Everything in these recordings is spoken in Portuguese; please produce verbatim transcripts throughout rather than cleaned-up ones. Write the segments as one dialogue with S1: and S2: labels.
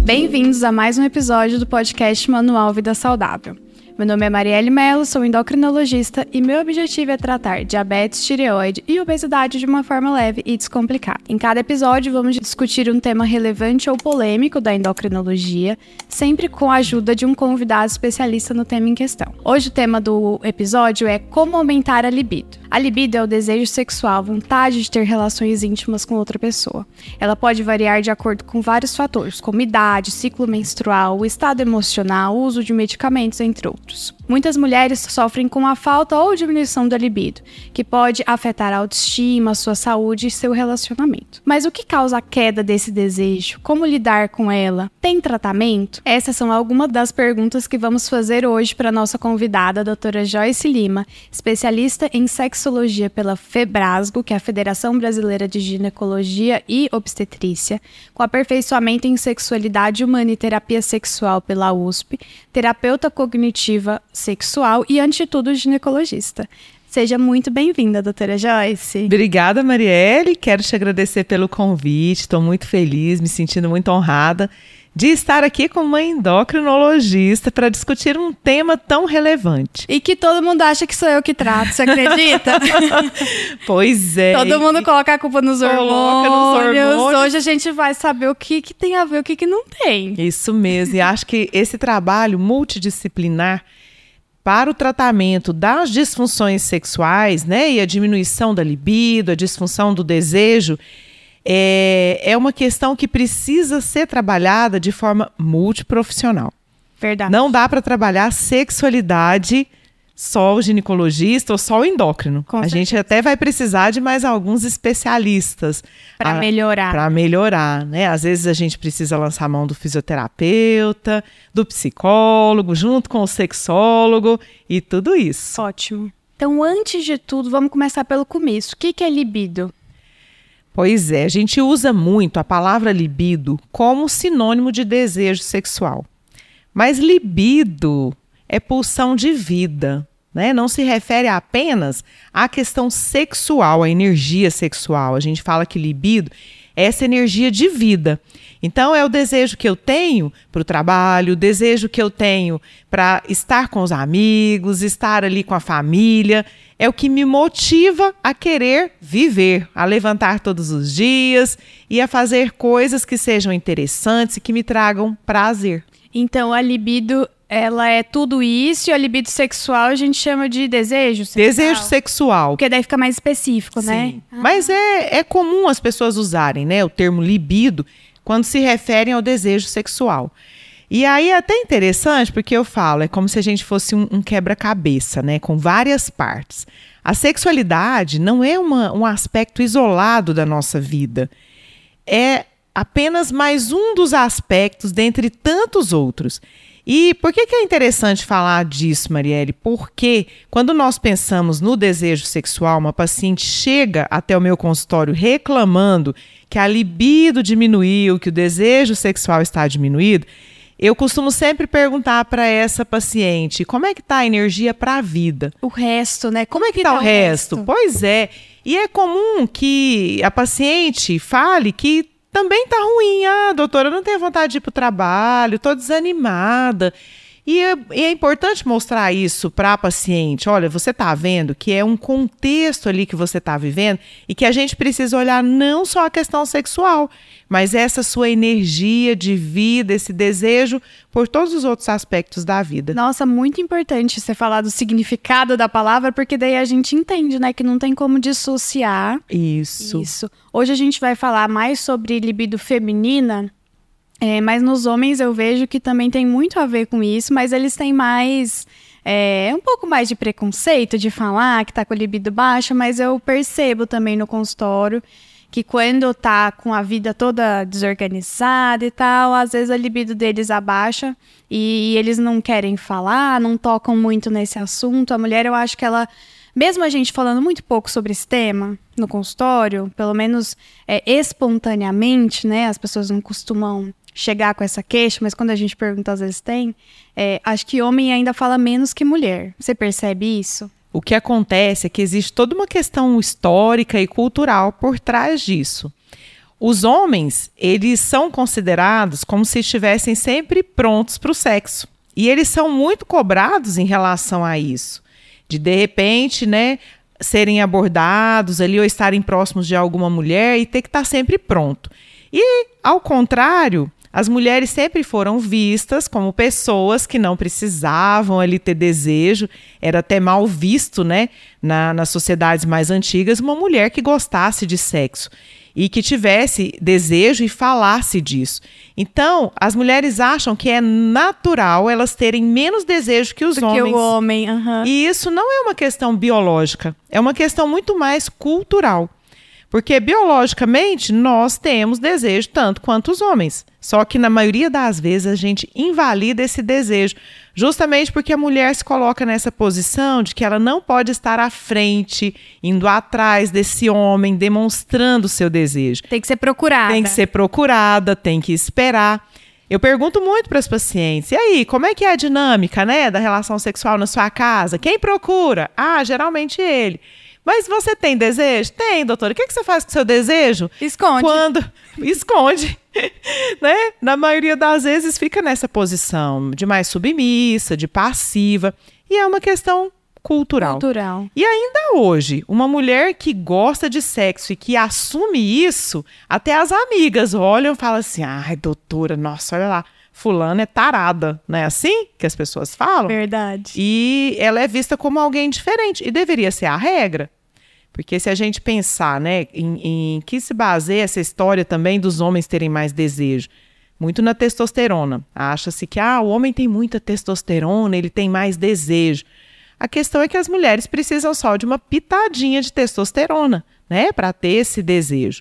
S1: Bem-vindos a mais um episódio do podcast Manual Vida Saudável. Meu nome é Marielle Mello, sou endocrinologista e meu objetivo é tratar diabetes, tireoide e obesidade de uma forma leve e descomplicada. Em cada episódio vamos discutir um tema relevante ou polêmico da endocrinologia, sempre com a ajuda de um convidado especialista no tema em questão. Hoje o tema do episódio é como aumentar a libido. A libido é o desejo sexual, a vontade de ter relações íntimas com outra pessoa. Ela pode variar de acordo com vários fatores, como idade, ciclo menstrual, o estado emocional, o uso de medicamentos, entre outros. Muitas mulheres sofrem com a falta ou diminuição da libido, que pode afetar a autoestima, a sua saúde e seu relacionamento. Mas o que causa a queda desse desejo? Como lidar com ela? Tem tratamento? Essas são algumas das perguntas que vamos fazer hoje para a nossa convidada, a doutora Joyce Lima, especialista em sexologia pela FEBRASGO, que é a Federação Brasileira de Ginecologia e Obstetrícia, com aperfeiçoamento em sexualidade humana e terapia sexual pela U S P, terapeuta cognitiva sexual e, antes de tudo, ginecologista. Seja muito bem-vinda, doutora Joyce.
S2: Obrigada, Marielle. Quero te agradecer pelo convite. Estou muito feliz, me sentindo muito honrada de estar aqui com uma endocrinologista para discutir um tema tão relevante.
S1: E que todo mundo acha que sou eu que trato, você acredita?
S2: Pois é.
S1: Todo mundo coloca a culpa nos hormônios.
S2: nos hormônios.
S1: Hoje a gente vai saber o que, que tem a ver, o que, que não tem.
S2: Isso mesmo. E acho que esse trabalho multidisciplinar para o tratamento das disfunções sexuais, né, e a diminuição da libido, a disfunção do desejo, É, é uma questão que precisa ser trabalhada de forma multiprofissional.
S1: Verdade.
S2: Não dá para trabalhar sexualidade só o ginecologista ou só o endócrino.
S1: Com
S2: a
S1: certeza.
S2: gente até vai precisar de mais alguns especialistas.
S1: Para melhorar.
S2: Para melhorar, né? Às vezes a gente precisa lançar a mão do fisioterapeuta, do psicólogo, junto com o sexólogo e tudo isso.
S1: Ótimo. Então, antes de tudo, vamos começar pelo começo. O que, que é libido?
S2: Pois é, a gente usa muito a palavra libido como sinônimo de desejo sexual. Mas libido é pulsão de vida, né? Não se refere apenas à questão sexual, à energia sexual. A gente fala que libido é essa energia de vida. Então, é o desejo que eu tenho para o trabalho, o desejo que eu tenho para estar com os amigos, estar ali com a família. É o que me motiva a querer viver, a levantar todos os dias e a fazer coisas que sejam interessantes e que me tragam prazer.
S1: Então, a libido, ela é tudo isso, e a libido sexual a gente chama de desejo sexual.
S2: Desejo sexual.
S1: Porque daí fica mais específico,
S2: Sim.
S1: né?
S2: Ah. Mas é, é comum as pessoas usarem, né, o termo libido quando se referem ao desejo sexual. E aí é até interessante porque eu falo, é como se a gente fosse um, um quebra-cabeça, né, com várias partes. A sexualidade não é uma, um aspecto isolado da nossa vida. É apenas mais um dos aspectos dentre tantos outros. E por que, que é interessante falar disso, Marielle? Porque quando nós pensamos no desejo sexual, uma paciente chega até o meu consultório reclamando que a libido diminuiu, que o desejo sexual está diminuído, eu costumo sempre perguntar para essa paciente, como é que está a energia para a vida?
S1: O resto, né?
S2: Como é que está o resto? resto? Pois é. E é comum que a paciente fale que também está ruim. Ah, doutora, eu não tenho vontade de ir para o trabalho, estou desanimada. E é, e é importante mostrar isso para a paciente. Olha, você está vendo que é um contexto ali que você está vivendo e que a gente precisa olhar não só a questão sexual, mas essa sua energia de vida, esse desejo por todos os outros aspectos da vida.
S1: Nossa, muito importante você falar do significado da palavra, porque daí a gente entende, né, que não tem como dissociar.
S2: Isso.
S1: Isso. Hoje a gente vai falar mais sobre libido feminina. É, mas nos homens eu vejo que também tem muito a ver com isso, mas eles têm mais, é, um pouco mais de preconceito de falar que tá com a libido baixa, mas eu percebo também no consultório que quando tá com a vida toda desorganizada e tal, às vezes a libido deles abaixa e eles não querem falar, não tocam muito nesse assunto. A mulher, eu acho que ela, mesmo a gente falando muito pouco sobre esse tema no consultório, pelo menos é, espontaneamente, né, as pessoas não costumam chegar com essa queixa, mas quando a gente pergunta, às vezes tem, é, acho que homem ainda fala menos que mulher. Você percebe isso?
S2: O que acontece é que existe toda uma questão histórica e cultural por trás disso. Os homens, eles são considerados como se estivessem sempre prontos para o sexo. E eles são muito cobrados em relação a isso. De, de repente, né, serem abordados ali ou estarem próximos de alguma mulher e ter que estar sempre pronto. E, ao contrário, as mulheres sempre foram vistas como pessoas que não precisavam ali ter desejo. Era até mal visto, né, na, nas sociedades mais antigas, uma mulher que gostasse de sexo e que tivesse desejo e falasse disso. Então, as mulheres acham que é natural elas terem menos desejo que os
S1: Do
S2: homens.
S1: que o homem, aham.
S2: E isso não é uma questão biológica, é uma questão muito mais cultural. Porque biologicamente nós temos desejo tanto quanto os homens. Só que na maioria das vezes a gente invalida esse desejo. Justamente porque a mulher se coloca nessa posição de que ela não pode estar à frente, indo atrás desse homem, demonstrando o seu desejo.
S1: Tem que ser procurada.
S2: Tem que ser procurada, tem que esperar. Eu pergunto muito para as pacientes, e aí, como é que é a dinâmica, né, da relação sexual na sua casa? Quem procura? Ah, geralmente ele. Mas você tem desejo? Tem, doutora. O que, que você faz com o seu desejo?
S1: Esconde.
S2: Quando... Esconde. Né? Na maioria das vezes fica nessa posição de mais submissa, de passiva. E é uma questão cultural.
S1: Cultural.
S2: E ainda hoje, uma mulher que gosta de sexo e que assume isso, até as amigas olham e falam assim, ai, doutora, nossa, olha lá, fulana é tarada. Não é assim que as pessoas falam?
S1: Verdade.
S2: E ela é vista como alguém diferente. E deveria ser a regra. Porque se a gente pensar, né, em, em que se baseia essa história também dos homens terem mais desejo, muito na testosterona. Acha-se que ah, o homem tem muita testosterona, ele tem mais desejo. A questão é que as mulheres precisam só de uma pitadinha de testosterona, né, para ter esse desejo.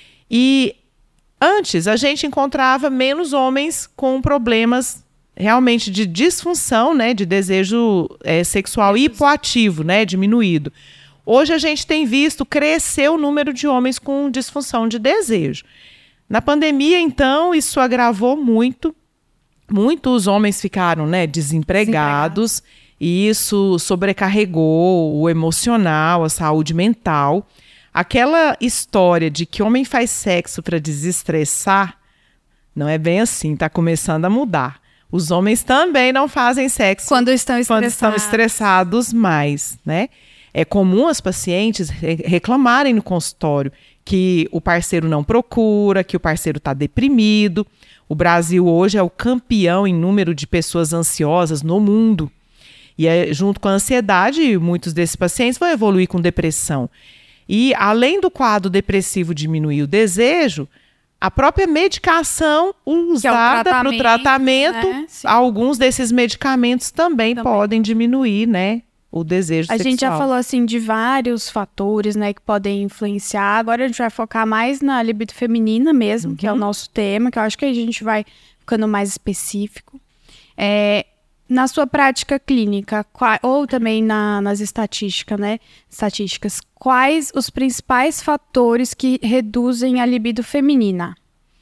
S2: E antes a gente encontrava menos homens com problemas realmente de disfunção, né, de desejo é, sexual hipoativo, né, diminuído. Hoje a gente tem visto crescer o número de homens com disfunção de desejo. Na pandemia, então, isso agravou muito. Muitos homens ficaram, né, desempregados, e isso sobrecarregou o emocional, a saúde mental. Aquela história de que homem faz sexo para desestressar, não é bem assim, está começando a mudar. Os homens também não fazem sexo
S1: Quando estão
S2: quando
S1: estressados.
S2: estão estressados mais, né? É comum as pacientes reclamarem no consultório que o parceiro não procura, que o parceiro está deprimido. O Brasil hoje é o campeão em número de pessoas ansiosas no mundo. E é, junto com a ansiedade, muitos desses pacientes vão evoluir com depressão. E além do quadro depressivo diminuir o desejo, a própria medicação usada para o tratamento,
S1: né?
S2: Alguns desses medicamentos também, também. podem diminuir, né, o desejo
S1: a
S2: sexual.
S1: A gente já falou assim de vários fatores, né, que podem influenciar. Agora a gente vai focar mais na libido feminina mesmo, uhum. que é o nosso tema, que eu acho que a gente vai ficando mais específico. É, na sua prática clínica, qual, ou também na, nas estatísticas, né, estatísticas, quais os principais fatores que reduzem a libido feminina?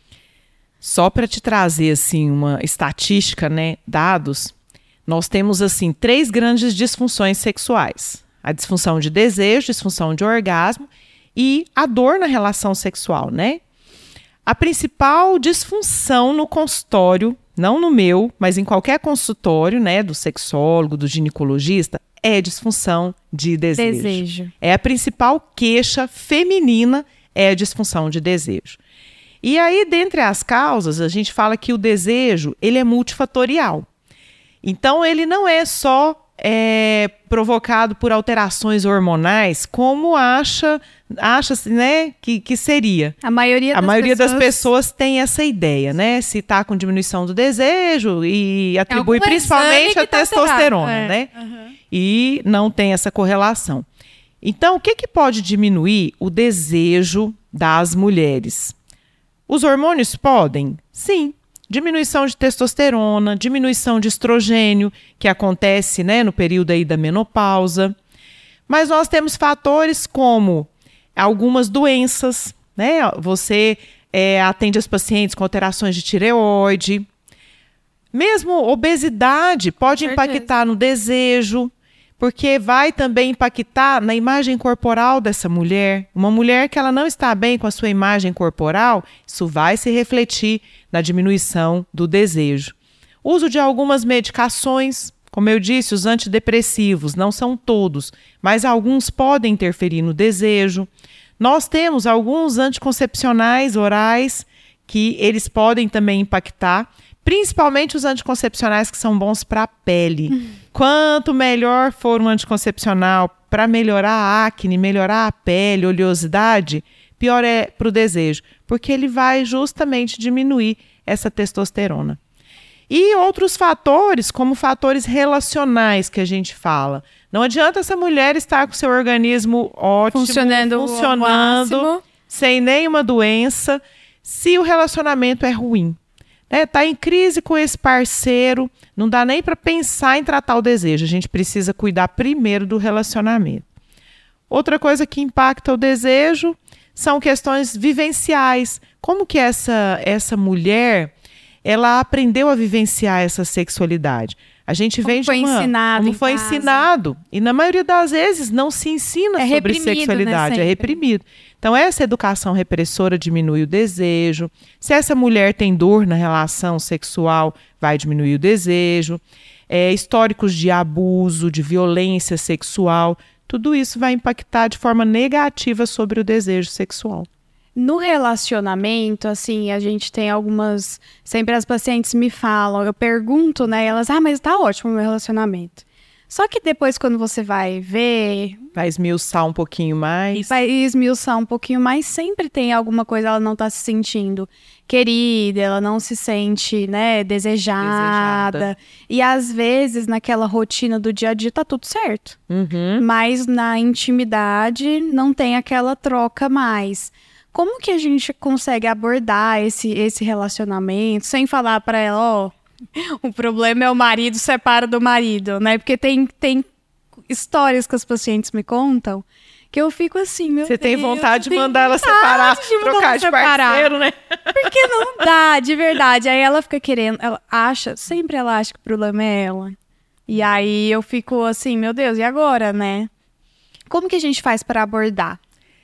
S2: Só para te trazer assim uma estatística, né, dados. Nós temos, assim, três grandes disfunções sexuais. A disfunção de desejo, disfunção de orgasmo e a dor na relação sexual, né? A principal disfunção no consultório, não no meu, mas em qualquer consultório, né, do sexólogo, do ginecologista, é disfunção de desejo.
S1: Desejo.
S2: É a principal queixa feminina, é a disfunção de desejo. E aí, dentre as causas, a gente fala que o desejo, ele é multifatorial. Então, ele não é só é, provocado por alterações hormonais, como acha, acha-se, né, que, que seria.
S1: A maioria,
S2: a
S1: das,
S2: maioria
S1: pessoas...
S2: das pessoas tem essa ideia, né? Se está com diminuição do desejo e atribui principalmente a
S1: tá
S2: testosterona,
S1: é.
S2: né?
S1: Uhum.
S2: E não tem essa correlação. Então, o que, que pode diminuir o desejo das mulheres? Os hormônios podem? Sim. Diminuição de testosterona, diminuição de estrogênio, que acontece, né, no período aí da menopausa. Mas nós temos fatores como algumas doenças, né? Você é, atende as pacientes com alterações de tireoide. Mesmo obesidade pode impactar no desejo. porque vai também impactar na imagem corporal dessa mulher. Uma mulher que ela não está bem com a sua imagem corporal, isso vai se refletir na diminuição do desejo. Uso de algumas medicações, como eu disse, os antidepressivos, não são todos, mas alguns podem interferir no desejo. Nós temos alguns anticoncepcionais orais que eles podem também impactar, principalmente os anticoncepcionais que são bons para a pele. Uhum. Quanto melhor for um anticoncepcional para melhorar a acne, melhorar a pele, oleosidade, pior é para o desejo, porque ele vai justamente diminuir essa testosterona. E outros fatores, como fatores relacionais que a gente fala. Não adianta essa mulher estar com seu organismo ótimo,
S1: funcionando,
S2: funcionando sem nenhuma doença, se o relacionamento é ruim. Está, né, em crise com esse parceiro, não dá nem para pensar em tratar o desejo. A gente precisa cuidar primeiro do relacionamento. Outra coisa que impacta o desejo são questões vivenciais. Como que essa, essa mulher ela aprendeu a vivenciar essa sexualidade? A gente
S1: como
S2: vem de
S1: foi
S2: uma,
S1: ensinado
S2: como foi
S1: casa.
S2: ensinado. E na maioria das vezes não se ensina
S1: é
S2: sobre sexualidade,
S1: né,
S2: é reprimido. Então essa educação repressora diminui o desejo. Se essa mulher tem dor na relação sexual, vai diminuir o desejo. É, históricos de abuso, de violência sexual, tudo isso vai impactar de forma negativa sobre o desejo sexual.
S1: No relacionamento, assim, a gente tem algumas... Sempre as pacientes me falam, eu pergunto, né? Elas, ah, mas tá ótimo o meu relacionamento. Só que depois, quando você vai ver...
S2: Vai esmiuçar um pouquinho mais.
S1: Vai esmiuçar um pouquinho mais, sempre tem alguma coisa, ela não tá se sentindo querida, ela não se sente, né, desejada. desejada. E às vezes, naquela rotina do dia a dia, tá tudo certo.
S2: Uhum.
S1: Mas na intimidade, não tem aquela troca mais. Como que a gente consegue abordar esse, esse relacionamento sem falar pra ela, ó, oh, o problema é o marido, separa do marido, né? Porque tem, tem histórias que as pacientes me contam que eu fico assim, meu
S2: Você
S1: Deus.
S2: Você tem vontade de mandar ela separar, de trocar de separar. parceiro, né?
S1: Porque não dá, de verdade. Aí ela fica querendo, ela acha, sempre ela acha que o problema é ela. E aí eu fico assim, meu Deus, e agora, né? Como que a gente faz para abordar?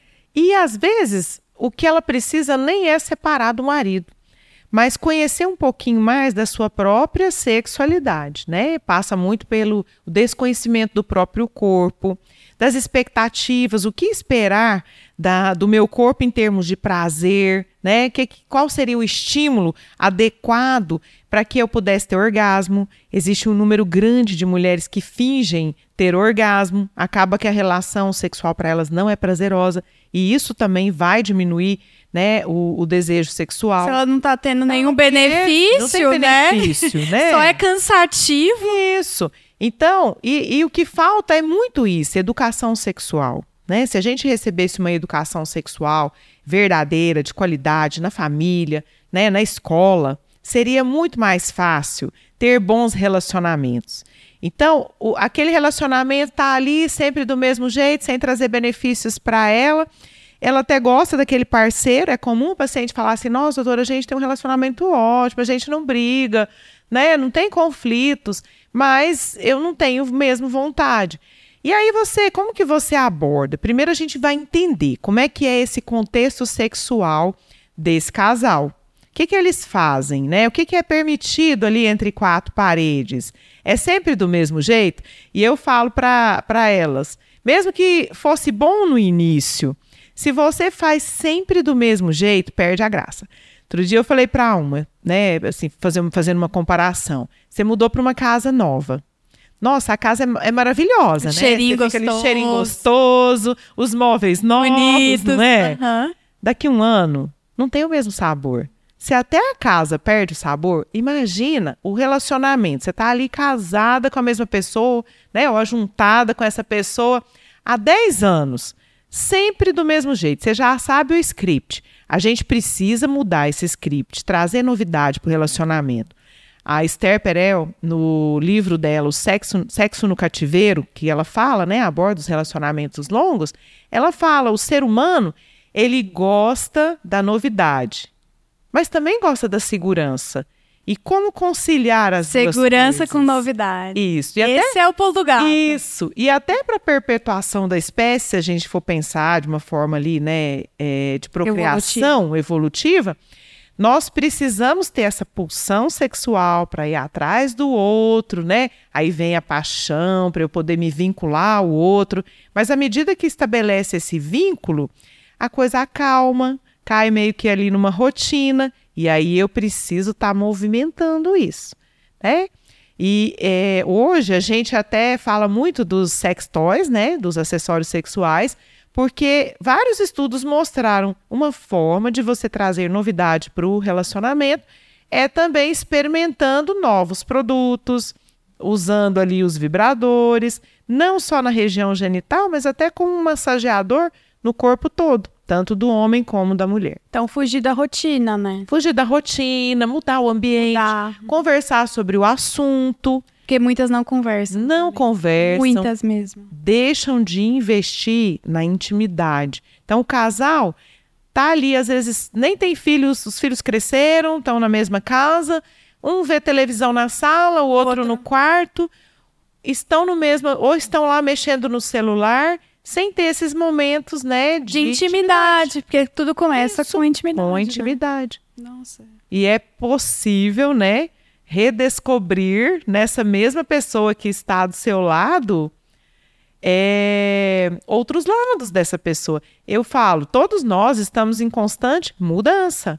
S2: E às vezes... o que ela precisa nem é separar do marido, mas conhecer um pouquinho mais da sua própria sexualidade, né? Passa muito pelo desconhecimento do próprio corpo, das expectativas, o que esperar da, do meu corpo em termos de prazer, né? Que, qual seria o estímulo adequado para que eu pudesse ter orgasmo. Existe um número grande de mulheres que fingem ter orgasmo, acaba que a relação sexual para elas não é prazerosa, e isso também vai diminuir, né, o, o desejo sexual.
S1: Se ela não está tendo nenhum não, benefício,
S2: não tem benefício,
S1: né?
S2: né?
S1: Só é cansativo.
S2: Isso. Então, e, e o que falta é muito isso, educação sexual. Né? Se a gente recebesse uma educação sexual verdadeira, de qualidade, na família, né, na escola, seria muito mais fácil ter bons relacionamentos. Então, o, aquele relacionamento está ali sempre do mesmo jeito, sem trazer benefícios para ela. Ela até gosta daquele parceiro. É comum o paciente falar assim, nossa, doutora, a gente tem um relacionamento ótimo, a gente não briga, né? Não tem conflitos, mas eu não tenho mesmo vontade. E aí você, como que você aborda? Primeiro a gente vai entender como é que é esse contexto sexual desse casal. O que que eles fazem, né? O que que é permitido ali entre quatro paredes? É sempre do mesmo jeito? E eu falo para para elas, mesmo que fosse bom no início, se você faz sempre do mesmo jeito, perde a graça. Outro dia eu falei para uma, né, assim, fazendo, fazendo uma comparação. Você mudou para uma casa nova. Nossa, a casa é, é maravilhosa, né?
S1: Cheirinho
S2: Você fica
S1: gostoso.
S2: ali, cheirinho gostoso, os móveis novos,
S1: bonitos,
S2: né?
S1: Uhum.
S2: Daqui um ano, não tem o mesmo sabor. Se até a casa perde o sabor, imagina o relacionamento. Você está ali casada com a mesma pessoa, né? Ou ajuntada com essa pessoa há dez anos. Sempre do mesmo jeito. Você já sabe o script. A gente precisa mudar esse script, trazer novidade para o relacionamento. A Esther Perel, no livro dela, O Sexo, Sexo no Cativeiro, que ela fala, né, aborda os relacionamentos longos, ela fala, o ser humano, ele gosta da novidade, mas também gosta da segurança. E como conciliar as duas coisas?
S1: Segurança com novidade.
S2: Isso. E
S1: Esse
S2: até,
S1: é o pulo do gato.
S2: Isso. E até para a perpetuação da espécie, se a gente for pensar de uma forma ali, né, é, de procriação evolutiva, nós precisamos ter essa pulsão sexual para ir atrás do outro, né? Aí vem a paixão para eu poder me vincular ao outro. Mas à medida que estabelece esse vínculo, a coisa acalma, cai meio que ali numa rotina, e aí eu preciso estar tá movimentando isso, né? E é, hoje a gente até fala muito dos sex toys, né? Dos acessórios sexuais, porque vários estudos mostraram uma forma de você trazer novidade para o relacionamento é também experimentando novos produtos, usando ali os vibradores, não só na região genital, mas até com um massageador no corpo todo, tanto do homem como da mulher.
S1: Então, fugir da rotina, né?
S2: Fugir da rotina, mudar o ambiente, mudar. Conversar sobre o assunto.
S1: Porque muitas não conversam.
S2: Não conversam.
S1: Muitas mesmo.
S2: Deixam de investir na intimidade. Então, o casal tá ali, às vezes, nem tem filhos, os filhos cresceram, estão na mesma casa, um vê televisão na sala, o outro Outra. no quarto, estão no mesmo, ou estão lá mexendo no celular, sem ter esses momentos, né, de,
S1: de intimidade, intimidade, porque tudo começa Isso, com intimidade.
S2: Com intimidade.
S1: Né? Nossa.
S2: E é possível, né, redescobrir nessa mesma pessoa que está do seu lado é, outros lados dessa pessoa. Eu falo, todos nós estamos em constante mudança.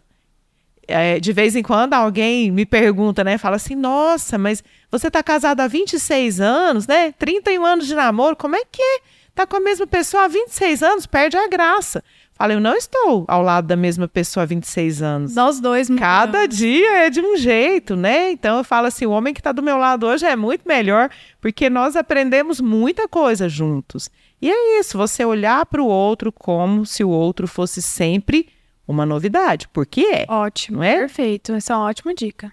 S2: É, de vez em quando alguém me pergunta, né, fala assim, nossa, mas você está casado há vinte e seis anos, né, trinta e um anos de namoro, como é que é? Tá com a mesma pessoa há vinte e seis anos, perde a graça. Fala, eu não estou ao lado da mesma pessoa há vinte e seis anos.
S1: Nós dois mudamos.
S2: Cada dia é de um jeito, né? Então eu falo assim, o homem que está do meu lado hoje é muito melhor, porque nós aprendemos muita coisa juntos. E é isso, você olhar para o outro como se o outro fosse sempre uma novidade, porque é.
S1: Ótimo,
S2: não é?
S1: Perfeito, essa é uma ótima dica.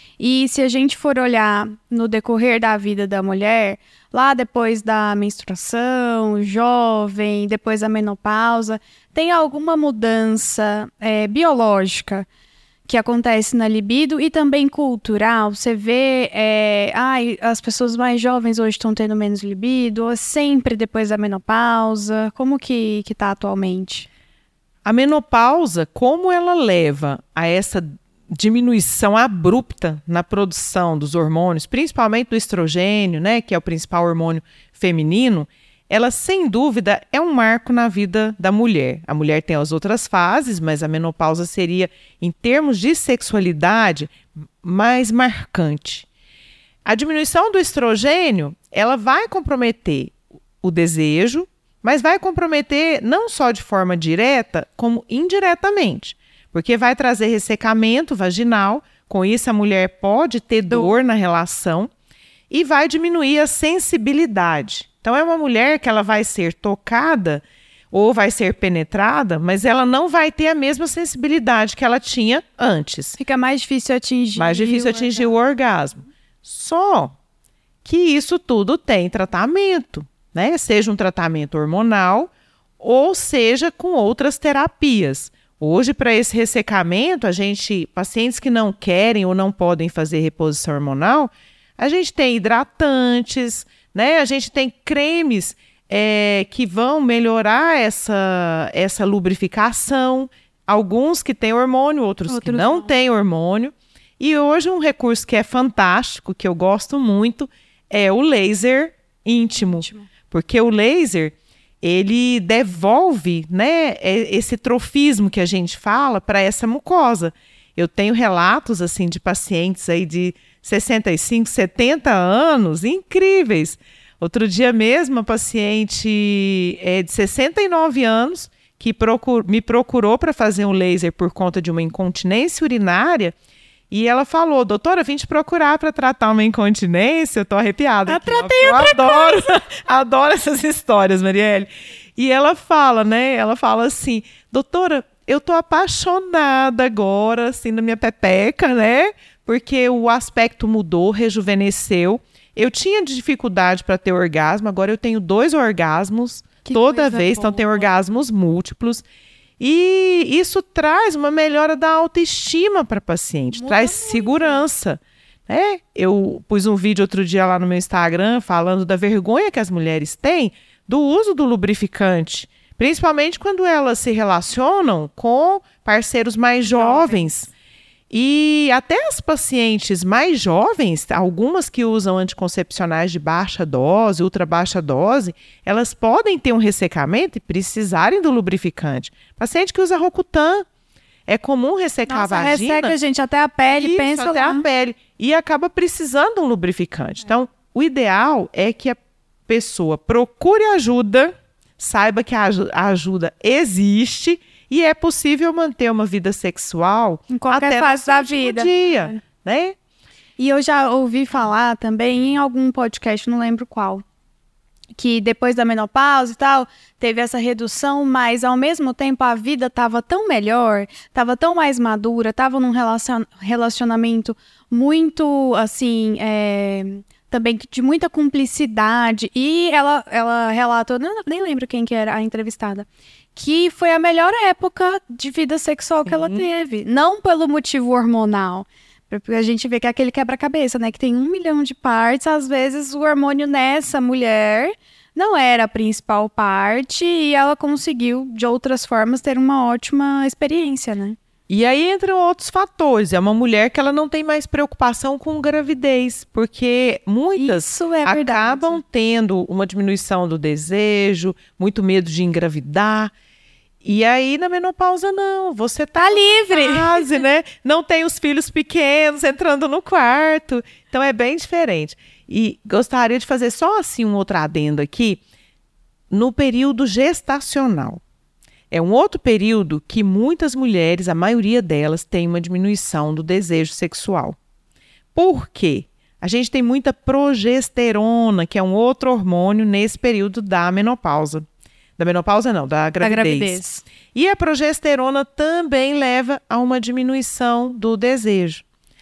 S1: E se a gente for olhar no decorrer da vida da mulher, lá depois da menstruação, jovem, depois da menopausa, tem alguma mudança é, biológica que acontece na libido e também cultural? Você vê, é, ai, as pessoas mais jovens hoje estão tendo menos libido, ou sempre depois da menopausa? Como que que tá atualmente?
S2: A menopausa, como ela leva a essa diminuição abrupta na produção dos hormônios, principalmente do estrogênio, né, que é o principal hormônio feminino, ela, sem dúvida, é um marco na vida da mulher. A mulher tem as outras fases, mas a menopausa seria, em termos de sexualidade, mais marcante. A diminuição do estrogênio, ela vai comprometer o desejo, mas vai comprometer não só de forma direta, como indiretamente. Porque vai trazer ressecamento vaginal, com isso a mulher pode ter dor na relação e vai diminuir a sensibilidade. Então é uma mulher que ela vai ser tocada ou vai ser penetrada, mas ela não vai ter a mesma sensibilidade que ela tinha antes.
S1: Fica mais difícil atingir.
S2: Mais difícil atingir o orgasmo. Só que isso tudo tem tratamento, né? Seja um tratamento hormonal ou seja com outras terapias. Hoje, para esse ressecamento, a gente, pacientes que não querem ou não podem fazer reposição hormonal, a gente tem hidratantes, né? A gente tem cremes é, que vão melhorar essa, essa lubrificação. Alguns que têm hormônio, outros, outros que não, não têm hormônio. E hoje um recurso que é fantástico, que eu gosto muito, é o laser íntimo. íntimo. Porque o laser, ele devolve, né, esse trofismo que a gente fala para essa mucosa. Eu tenho relatos assim de pacientes aí de sessenta e cinco, setenta anos, incríveis. Outro dia mesmo, uma paciente é, de sessenta e nove anos que procur, me procurou para fazer um laser por conta de uma incontinência urinária. E ela falou, doutora, vim te procurar para tratar uma incontinência. Eu tô arrepiada.
S1: Eu
S2: aqui,
S1: tratei
S2: eu
S1: outra
S2: adoro,
S1: coisa.
S2: adoro essas histórias, Marielle. E ela fala, né? Ela fala assim, doutora, eu tô apaixonada agora, assim, na minha pepeca, né? Porque o aspecto mudou, rejuvenesceu. Eu tinha dificuldade para ter orgasmo, agora eu tenho dois orgasmos que toda vez, boa. Então tem orgasmos múltiplos. E isso traz uma melhora da autoestima para a paciente,
S1: Muda
S2: traz
S1: muito.
S2: segurança. Né? Eu pus um vídeo outro dia lá no meu Instagram falando da vergonha que as mulheres têm do uso do lubrificante, principalmente quando elas se relacionam com parceiros mais jovens. jovens. E até as pacientes mais jovens, algumas que usam anticoncepcionais de baixa dose, ultra baixa dose, elas podem ter um ressecamento e precisarem do lubrificante. Paciente que usa Rocutan, é comum ressecar
S1: Nossa,
S2: a vagina.
S1: resseca, gente, até a pele,
S2: Isso,
S1: pensa
S2: até
S1: lá.
S2: a pele. E acaba precisando de um lubrificante. É. Então, o ideal é que a pessoa procure ajuda, saiba que a ajuda existe e é possível manter uma vida sexual
S1: em qualquer
S2: até
S1: fase da vida.
S2: Dia, é. né?
S1: E eu já ouvi falar também em algum podcast, não lembro qual, que depois da menopausa e tal, teve essa redução, mas ao mesmo tempo a vida estava tão melhor, estava tão mais madura, estava num relacion- relacionamento muito, assim, é, também de muita cumplicidade. E ela, ela relatou, não, nem lembro quem que era a entrevistada, que foi a melhor época de vida sexual que Sim. ela teve. Não pelo motivo hormonal, porque a gente vê que é aquele quebra-cabeça, né? Que tem um milhão de partes, às vezes o hormônio nessa mulher não era a principal parte e ela conseguiu, de outras formas, ter uma ótima experiência, né?
S2: E aí entram outros fatores. É uma mulher que ela não tem mais preocupação com gravidez, porque muitas
S1: Isso é
S2: acabam tendo uma diminuição do desejo, muito medo de engravidar. E aí, na menopausa, não. Você tá,
S1: tá livre.
S2: Quase, né? Não tem os filhos pequenos entrando no quarto. Então, é bem diferente. E gostaria de fazer só assim um outro adendo aqui. No período gestacional. É um outro período que muitas mulheres, a maioria delas, tem uma diminuição do desejo sexual. Por quê? A gente tem muita progesterona, que é um outro hormônio nesse período da menopausa. Da menopausa não, da gravidez. da gravidez. E a progesterona também leva a uma diminuição do desejo.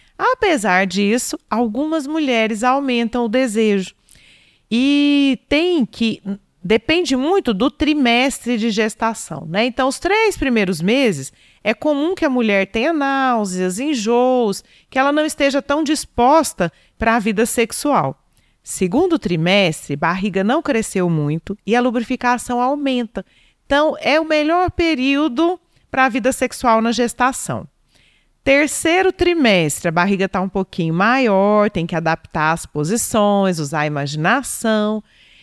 S2: Apesar disso, algumas mulheres aumentam o desejo. E tem que... Depende muito do trimestre de gestação, né? Então, os três primeiros meses, é comum que a mulher tenha náuseas, enjoos, que ela não esteja tão disposta para a vida sexual. Segundo trimestre, barriga não cresceu muito e a lubrificação aumenta. Então, é o melhor período para a vida sexual na gestação. Terceiro trimestre, a barriga está um pouquinho maior, tem que adaptar as posições, usar a imaginação,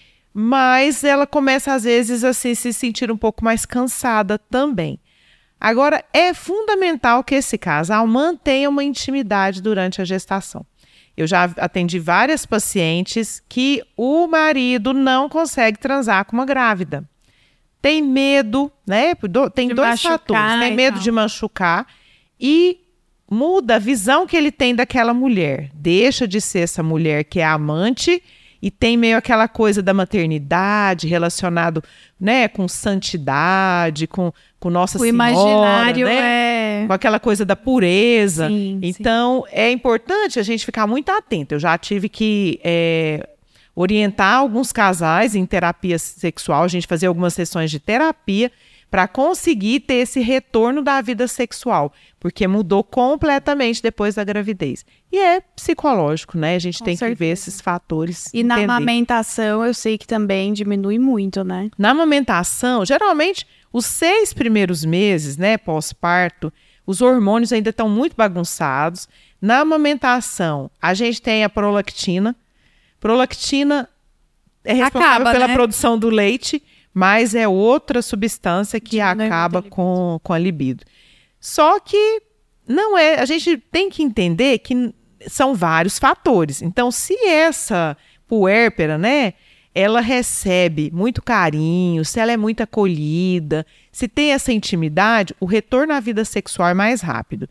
S2: mas ela começa, às vezes, a se sentir um pouco mais cansada também. Agora, é fundamental que esse casal mantenha uma intimidade durante a gestação. Eu já atendi várias pacientes que o marido não consegue transar com uma grávida. Tem medo, né? Tem
S1: de
S2: dois fatores. Tem medo de machucar e muda a visão que ele tem daquela mulher. Deixa de ser essa mulher que é amante e tem meio aquela coisa da maternidade relacionado, né, com santidade, com, com Nossa
S1: o
S2: Senhora. O
S1: imaginário
S2: né?
S1: é...
S2: Com aquela coisa da pureza.
S1: Sim,
S2: então, sim. É importante a gente ficar muito atento. Eu já tive que é, orientar alguns casais em terapia sexual, a gente fazia algumas sessões de terapia para conseguir ter esse retorno da vida sexual, porque mudou completamente depois da gravidez. E é psicológico, né? A gente Com tem certeza. que ver esses fatores.
S1: E entender. Na amamentação, eu sei que também diminui muito, né?
S2: Na amamentação, geralmente, os seis primeiros meses, né, pós-parto, os hormônios ainda estão muito bagunçados. Na amamentação, a gente tem a prolactina. Prolactina é responsável Acaba, pela né? produção do leite, mas é outra substância que Diminui acaba com, com a libido. Só que não é, a gente tem que entender que são vários fatores. Então, se essa puérpera, né, ela recebe muito carinho, se ela é muito acolhida, se tem essa intimidade, o retorno à vida sexual é mais rápido.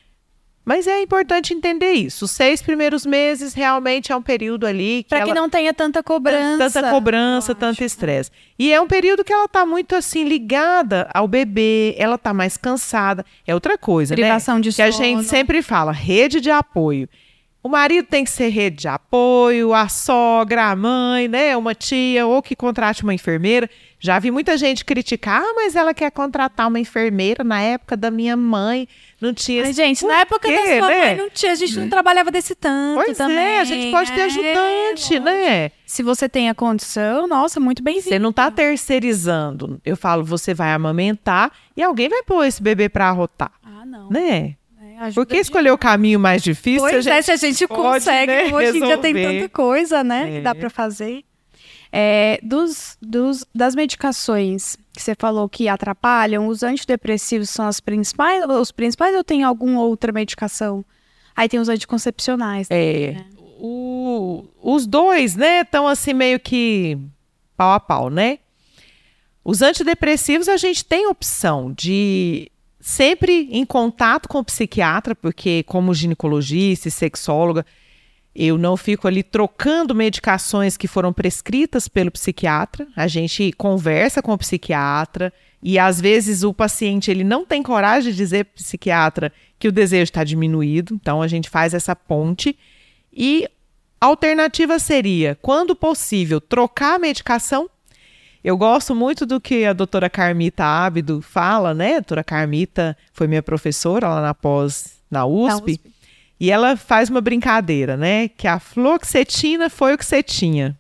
S2: Mas é importante entender isso. Os seis primeiros meses realmente é um período ali... que
S1: Para que não tenha tanta cobrança.
S2: Tanta cobrança, tanto estresse. E é um período que ela está muito assim ligada ao bebê, ela está mais cansada. É outra coisa,
S1: Privação
S2: né?
S1: de
S2: que
S1: sono.
S2: a gente sempre fala, rede de apoio. O marido tem que ser rede de apoio, a sogra, a mãe, né? Uma tia ou que contrate uma enfermeira. Já vi muita gente criticar, ah, mas ela quer contratar uma enfermeira. Na época da minha mãe, não tinha...
S1: Ai, gente,
S2: Por
S1: na época
S2: quê,
S1: da sua
S2: né?
S1: mãe não tinha, a gente não trabalhava desse tanto
S2: Pois
S1: também.
S2: é, a gente pode ter
S1: É,
S2: ajudante, né?
S1: Se você tem a condição, nossa, muito bem-vindo.
S2: Você não tá terceirizando. Eu falo, você vai amamentar e alguém vai pôr esse bebê pra arrotar,
S1: Ah, não.
S2: né?
S1: É, ajuda
S2: Por que
S1: de-
S2: escolher o caminho mais difícil?
S1: Pois
S2: se a
S1: é,
S2: gente
S1: se a gente
S2: pode,
S1: consegue,
S2: né,
S1: hoje em dia tem
S2: resolver?
S1: tanta coisa, né, que
S2: É.
S1: dá pra fazer. É, dos, dos, das medicações que você falou que atrapalham, os antidepressivos são as principais, os principais ou tem alguma outra medicação? Aí tem os anticoncepcionais.
S2: É, o- os dois, né, estão assim meio que pau a pau, né? Os antidepressivos a gente tem opção de sempre em contato com o psiquiatra, porque como ginecologista e sexóloga, eu não fico ali trocando medicações que foram prescritas pelo psiquiatra. A gente conversa com o psiquiatra e às vezes o paciente ele não tem coragem de dizer para o psiquiatra que o desejo está diminuído. Então a gente faz essa ponte e a alternativa seria, quando possível, trocar a medicação. Eu gosto muito do que a doutora Carmita Ábido fala, né? A doutora Carmita foi minha professora lá na pós, na U S P.
S1: Na U S P.
S2: E ela faz uma brincadeira, né? Que a fluoxetina foi o que você tinha.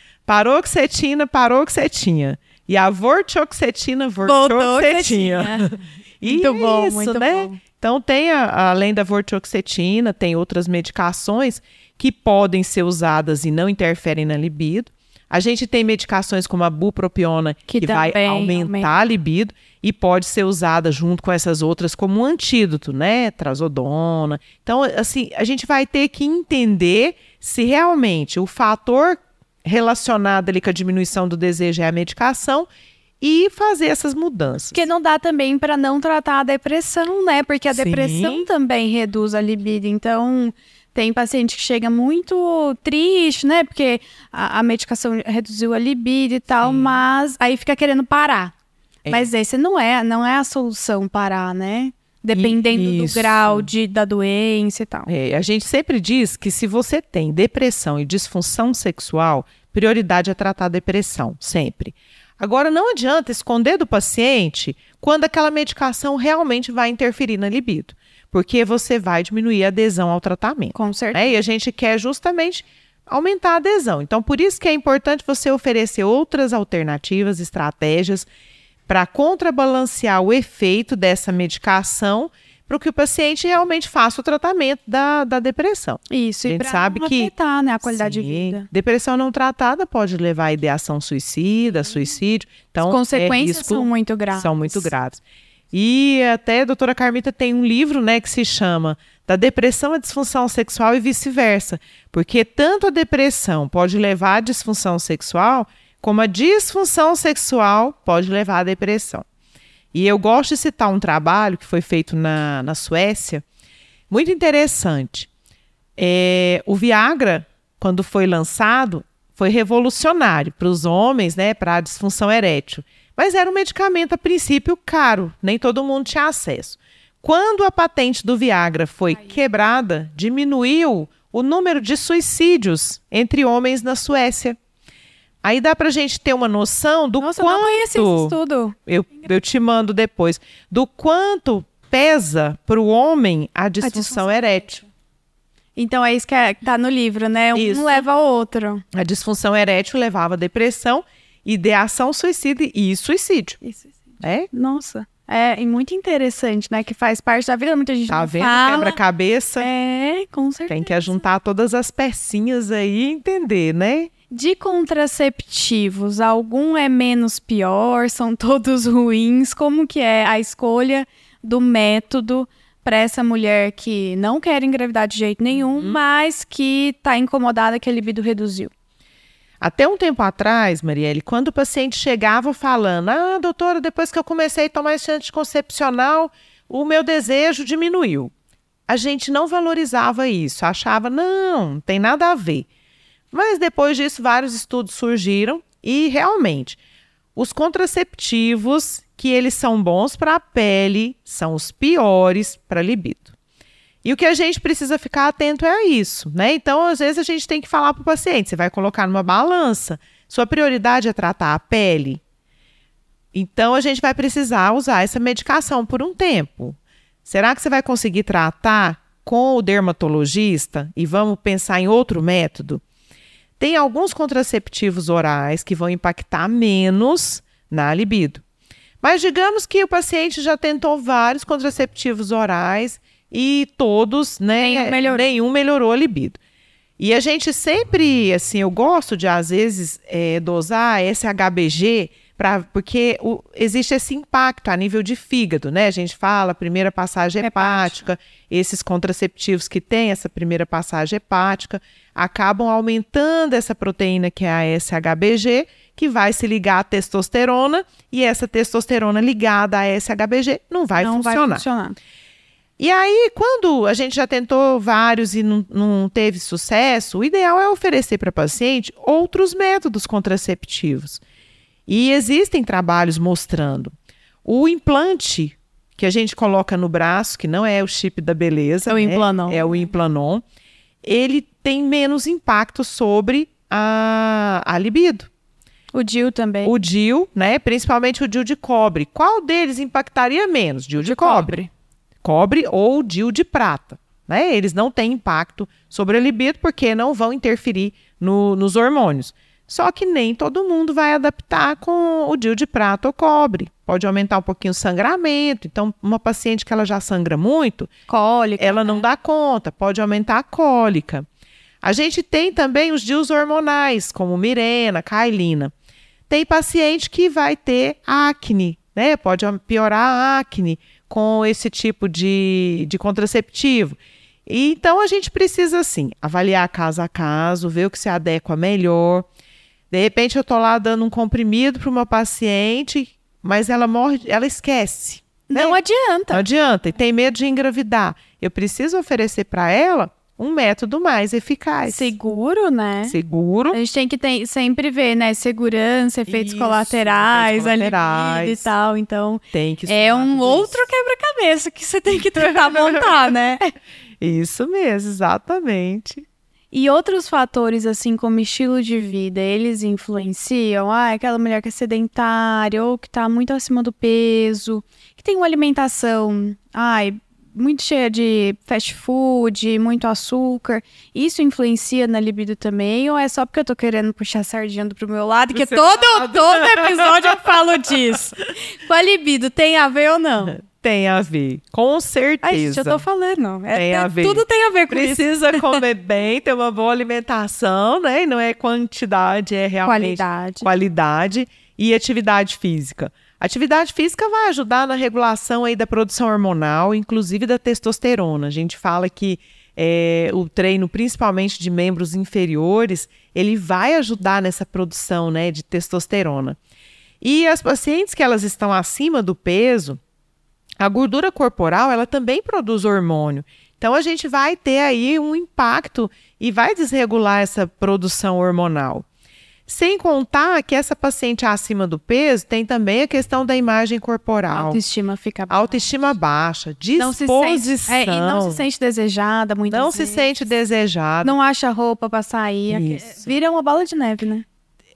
S2: Paroxetina, parou o que você tinha. E a vortioxetina, voltou o que você tinha. E
S1: Muito
S2: é
S1: bom,
S2: isso,
S1: muito
S2: né?
S1: bom.
S2: Então, tem, a- além da vortioxetina, tem outras medicações que podem ser usadas e não interferem na libido. A gente tem medicações como a bupropiona, que,
S1: Que
S2: vai
S1: também
S2: aumentar
S1: aumenta.
S2: a libido e pode ser usada junto com essas outras como um antídoto, né? Trazodona. Então, assim, a gente vai ter que entender se realmente o fator relacionado ali com a diminuição do desejo é a medicação e fazer essas mudanças.
S1: Porque não dá também para não tratar a depressão, né? Porque a
S2: Sim.
S1: depressão também reduz a libido. Então, tem paciente que chega muito triste, né? Porque a, a medicação reduziu a libido e tal,
S2: Sim.
S1: mas aí fica querendo parar.
S2: É.
S1: Mas esse não é, não é a solução parar, né? Dependendo
S2: Isso.
S1: do grau de, da doença e tal.
S2: É, a gente sempre diz que se você tem depressão e disfunção sexual, prioridade é tratar a depressão, sempre. Agora, não adianta esconder do paciente quando aquela medicação realmente vai interferir na libido, porque você vai diminuir a adesão ao tratamento.
S1: Com certeza.
S2: Né? E a gente quer justamente aumentar a adesão. Então, por isso que é importante você oferecer outras alternativas, estratégias, para contrabalancear o efeito dessa medicação, para que o paciente realmente faça o tratamento da, da depressão.
S1: Isso,
S2: A
S1: e
S2: gente
S1: pra
S2: sabe
S1: não
S2: que-
S1: afetar, né, a qualidade de
S2: Sim,
S1: vida.
S2: depressão não tratada pode levar a ideação suicida, suicídio. Então,
S1: As consequências
S2: é risco,
S1: são muito graves.
S2: São muito graves. E até a doutora Carmita tem um livro, né, que se chama Da Depressão à Disfunção Sexual e Vice-Versa. Porque tanto a depressão pode levar à disfunção sexual, como a disfunção sexual pode levar à depressão. E eu gosto de citar um trabalho que foi feito na, na Suécia, muito interessante. É, o Viagra, quando foi lançado, foi revolucionário para os homens, né, para a disfunção erétil. Mas era um medicamento, a princípio, caro, nem todo mundo tinha acesso. Quando a patente do Viagra foi quebrada, diminuiu o número de suicídios entre homens na Suécia. Aí dá pra gente ter uma noção do
S1: Nossa, eu não conhecia esse
S2: quanto...
S1: estudo.
S2: Eu, eu te mando depois. Do quanto pesa para o homem a disfunção,
S1: disfunção
S2: erétil.
S1: Então é isso que é, que tá no livro, né? Um
S2: Isso.
S1: leva ao outro.
S2: A disfunção erétil levava a depressão, ideação suicida e suicídio.
S1: Isso.
S2: É?
S1: Nossa. É, e muito interessante, né? Que faz parte da vida. Muita gente
S2: Tá
S1: não
S2: vendo?
S1: fala.
S2: Quebra-cabeça.
S1: É, com certeza.
S2: Tem que juntar todas as pecinhas aí e entender, né?
S1: De contraceptivos, algum é menos pior? São todos ruins? Como que é a escolha do método para essa mulher que não quer engravidar de jeito nenhum,
S2: Uhum.
S1: mas que tá incomodada que a libido reduziu?
S2: Até um tempo atrás, Marielle, quando o paciente chegava falando, ah, doutora, depois que eu comecei a tomar esse anticoncepcional, o meu desejo diminuiu. A gente não valorizava isso, achava, não, não tem nada a ver. Mas depois disso, vários estudos surgiram e, realmente, os contraceptivos, que eles são bons para a pele, são os piores para a libido. E o que a gente precisa ficar atento é isso, né? Então, às vezes, a gente tem que falar para o paciente, você vai colocar numa balança, sua prioridade é tratar a pele? Então, a gente vai precisar usar essa medicação por um tempo. Será que você vai conseguir tratar com o dermatologista? E vamos pensar em outro método? Tem alguns contraceptivos orais que vão impactar menos na libido. Mas digamos que o paciente já tentou vários contraceptivos orais e todos, né,
S1: nenhum melhorou.
S2: nenhum melhorou a libido. E a gente sempre, assim, eu gosto de, às vezes, é, dosar S H B G, pra, porque o, existe esse impacto a nível de fígado, né? A gente fala primeira passagem hepática, hepática, esses contraceptivos que têm essa primeira passagem hepática, acabam aumentando essa proteína que é a S H B G, que vai se ligar à testosterona, e essa testosterona ligada à S H B G não vai
S1: não
S2: funcionar.
S1: Vai funcionar.
S2: E aí, quando a gente já tentou vários e não, não teve sucesso, o ideal é oferecer para o paciente outros métodos contraceptivos. E existem trabalhos mostrando. O implante que a gente coloca no braço, que não é o chip da beleza,
S1: é o
S2: né?
S1: Implanon.
S2: É o Implanon, ele tem menos impacto sobre a, a libido.
S1: O D I U também.
S2: O D I U, né? Principalmente o D I U de cobre. Qual deles impactaria menos? D I U de, de cobre. cobre. Cobre ou D I U de prata, né? Eles não têm impacto sobre a libido porque não vão interferir no, nos hormônios. Só que nem todo mundo vai adaptar com o D I U de prata ou cobre. Pode aumentar um pouquinho o sangramento. Então, uma paciente que ela já sangra muito,
S1: cólica,
S2: ela
S1: né?
S2: não dá conta, pode aumentar a cólica. A gente tem também os D I Us hormonais, como Mirena, Cailina. Tem paciente que vai ter acne, né? Pode piorar a acne com esse tipo de, de contraceptivo. E, então, a gente precisa, assim, avaliar caso a caso, ver o que se adequa melhor. De repente, eu estou lá dando um comprimido para uma paciente, mas ela morre, ela esquece. Né?
S1: Não adianta.
S2: Não adianta, e tem medo de engravidar. Eu preciso oferecer para ela um método mais eficaz.
S1: Seguro, né?
S2: Seguro.
S1: A gente tem que ter, sempre ver, né? Segurança, efeitos
S2: Isso,
S1: colaterais,
S2: efeitos colaterais.
S1: e tal. Então,
S2: tem que
S1: é um outro quebra-cabeça que você tem que tentar montar, né?
S2: Isso mesmo, exatamente.
S1: E outros fatores, assim, como estilo de vida, eles influenciam? Ah, aquela mulher que é sedentária ou que tá muito acima do peso, que tem uma alimentação, ai, muito cheia de fast food, muito açúcar. Isso influencia na libido também? Ou é só porque eu tô querendo puxar a sardinha pro meu lado? Que todo, todo episódio eu falo disso. Com a libido, tem a ver ou não?
S2: Tem a ver, com certeza.
S1: Ai, gente, eu tô falando. É,
S2: tem a ver.
S1: Tudo tem a ver com
S2: Precisa
S1: isso.
S2: comer bem, ter uma boa alimentação, né? E não é quantidade, é realmente
S1: qualidade.
S2: qualidade e atividade física. Atividade física vai ajudar na regulação aí da produção hormonal, inclusive da testosterona. A gente fala que é, o treino, principalmente de membros inferiores, ele vai ajudar nessa produção, né, de testosterona. E as pacientes que elas estão acima do peso, a gordura corporal, ela também produz hormônio. Então, a gente vai ter aí um impacto e vai desregular essa produção hormonal. Sem contar que essa paciente acima do peso tem também a questão da imagem corporal.
S1: A autoestima fica baixa.
S2: Autoestima baixa, disposição.
S1: Não se sente, é, e não se sente desejada muitas
S2: Não
S1: vezes.
S2: se sente desejada.
S1: Não acha roupa pra sair.
S2: Isso.
S1: Vira uma bola de neve, né?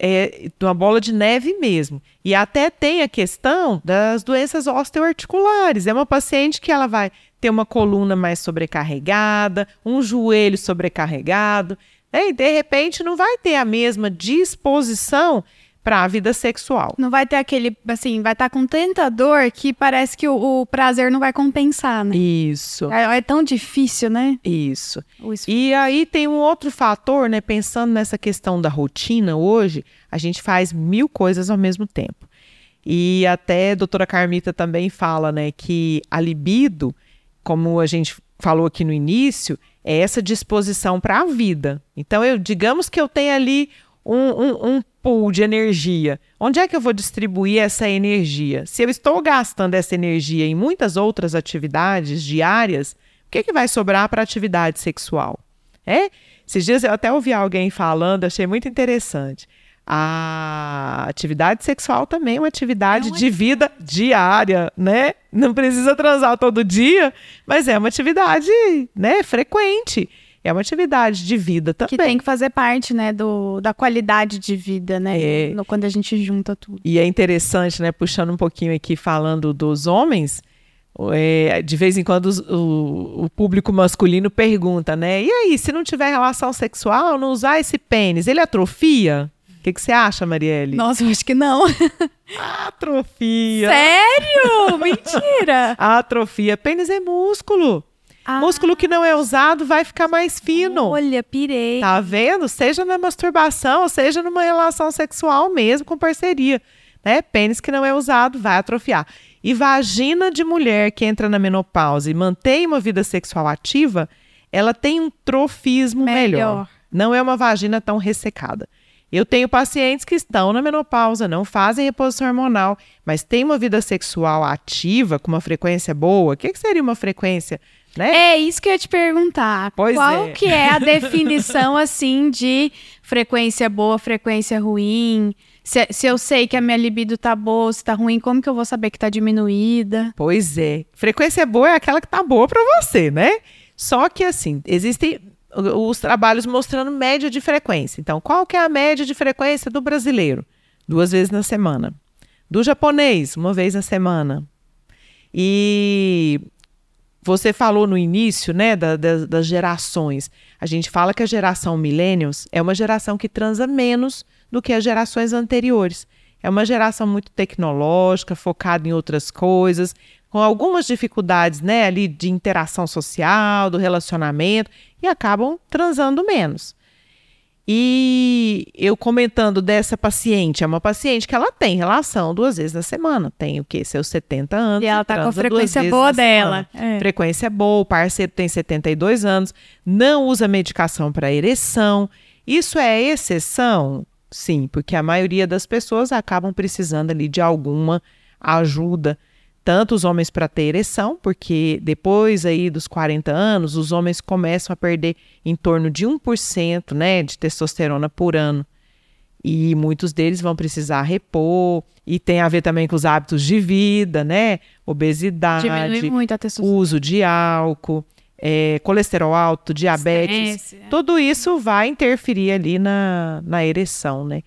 S2: É uma bola de neve mesmo. E até tem a questão das doenças osteoarticulares. É uma paciente que ela vai ter uma coluna mais sobrecarregada, um joelho sobrecarregado, né? E de repente não vai ter a mesma disposição para a vida sexual.
S1: Não vai ter aquele, assim, vai estar com tanta dor que parece que o, o prazer não vai compensar, né?
S2: Isso.
S1: É, é tão difícil, né?
S2: Isso. E aí tem um outro fator, né? Pensando nessa questão da rotina hoje, a gente faz mil coisas ao mesmo tempo. E até a doutora Carmita também fala, né, que a libido, como a gente falou aqui no início, é essa disposição para a vida. Então, eu, digamos que eu tenho ali um, um, um pool de energia. Onde é que eu vou distribuir essa energia? Se eu estou gastando essa energia em muitas outras atividades diárias, o que, que vai sobrar para a atividade sexual? É? Esses dias eu até ouvi alguém falando, achei muito interessante. A atividade sexual também é uma atividade é uma... de vida diária, né? Não precisa transar todo dia, mas é uma atividade, né, frequente. É uma atividade de vida também.
S1: Que tem que fazer parte, né, do, da qualidade de vida, né,
S2: É.
S1: no, quando a gente junta tudo.
S2: E é interessante, né, puxando um pouquinho aqui, falando dos homens, é, de vez em quando os, o, o público masculino pergunta, né, e aí, se não tiver relação sexual, não usar esse pênis, ele atrofia? O que, que você acha, Marielle?
S1: Nossa, eu acho que não.
S2: Atrofia.
S1: Sério? Mentira.
S2: Atrofia. Pênis é músculo.
S1: Ah,
S2: Músculo que não é usado vai ficar mais fino.
S1: olha, pirei.
S2: Tá vendo? Seja na masturbação, seja numa relação sexual mesmo, com parceria. Né? Pênis que não é usado vai atrofiar. E vagina de mulher que entra na menopausa e mantém uma vida sexual ativa, ela tem um trofismo melhor.
S1: Melhor.
S2: Não é uma vagina tão ressecada. Eu tenho pacientes que estão na menopausa, não fazem reposição hormonal, mas têm uma vida sexual ativa, com uma frequência boa. O que, que seria uma frequência, né?
S1: É isso que eu ia te perguntar.
S2: Pois
S1: Qual
S2: é.
S1: que é a definição, assim, de frequência boa, frequência ruim? Se, se eu sei que a minha libido tá boa, se tá ruim, como que eu vou saber que tá diminuída?
S2: Pois é. Frequência boa é aquela que tá boa para você, né? Só que, assim, existem os trabalhos mostrando média de frequência. Então, qual que é a média de frequência do brasileiro? Duas vezes na semana. Do japonês, uma vez na semana. E você falou no início, né, da, da, das gerações. A gente fala que a geração millennials é uma geração que transa menos do que as gerações anteriores. É uma geração muito tecnológica, focada em outras coisas, com algumas dificuldades, né, ali de interação social, do relacionamento, e acabam transando menos. E eu comentando dessa paciente, é uma paciente que ela tem relação duas vezes na semana, tem o quê? Seus setenta anos.
S1: E ela tá com a
S2: transa duas
S1: frequência
S2: vezes
S1: boa
S2: na
S1: dela.
S2: semana.
S1: É.
S2: Frequência boa, o parceiro tem setenta e dois anos, não usa medicação para ereção. Isso é exceção? Sim, porque a maioria das pessoas acabam precisando ali de alguma ajuda, tanto os homens para ter ereção, porque depois aí dos quarenta anos, os homens começam a perder em torno de um por cento, né, de testosterona por ano. E muitos deles vão precisar repor, e tem a ver também com os hábitos de vida, né, obesidade,
S1: Diminui muito a testosterona.
S2: uso de álcool, é, colesterol alto, diabetes,
S1: Estresse, é.
S2: tudo isso vai interferir ali na, na ereção, né?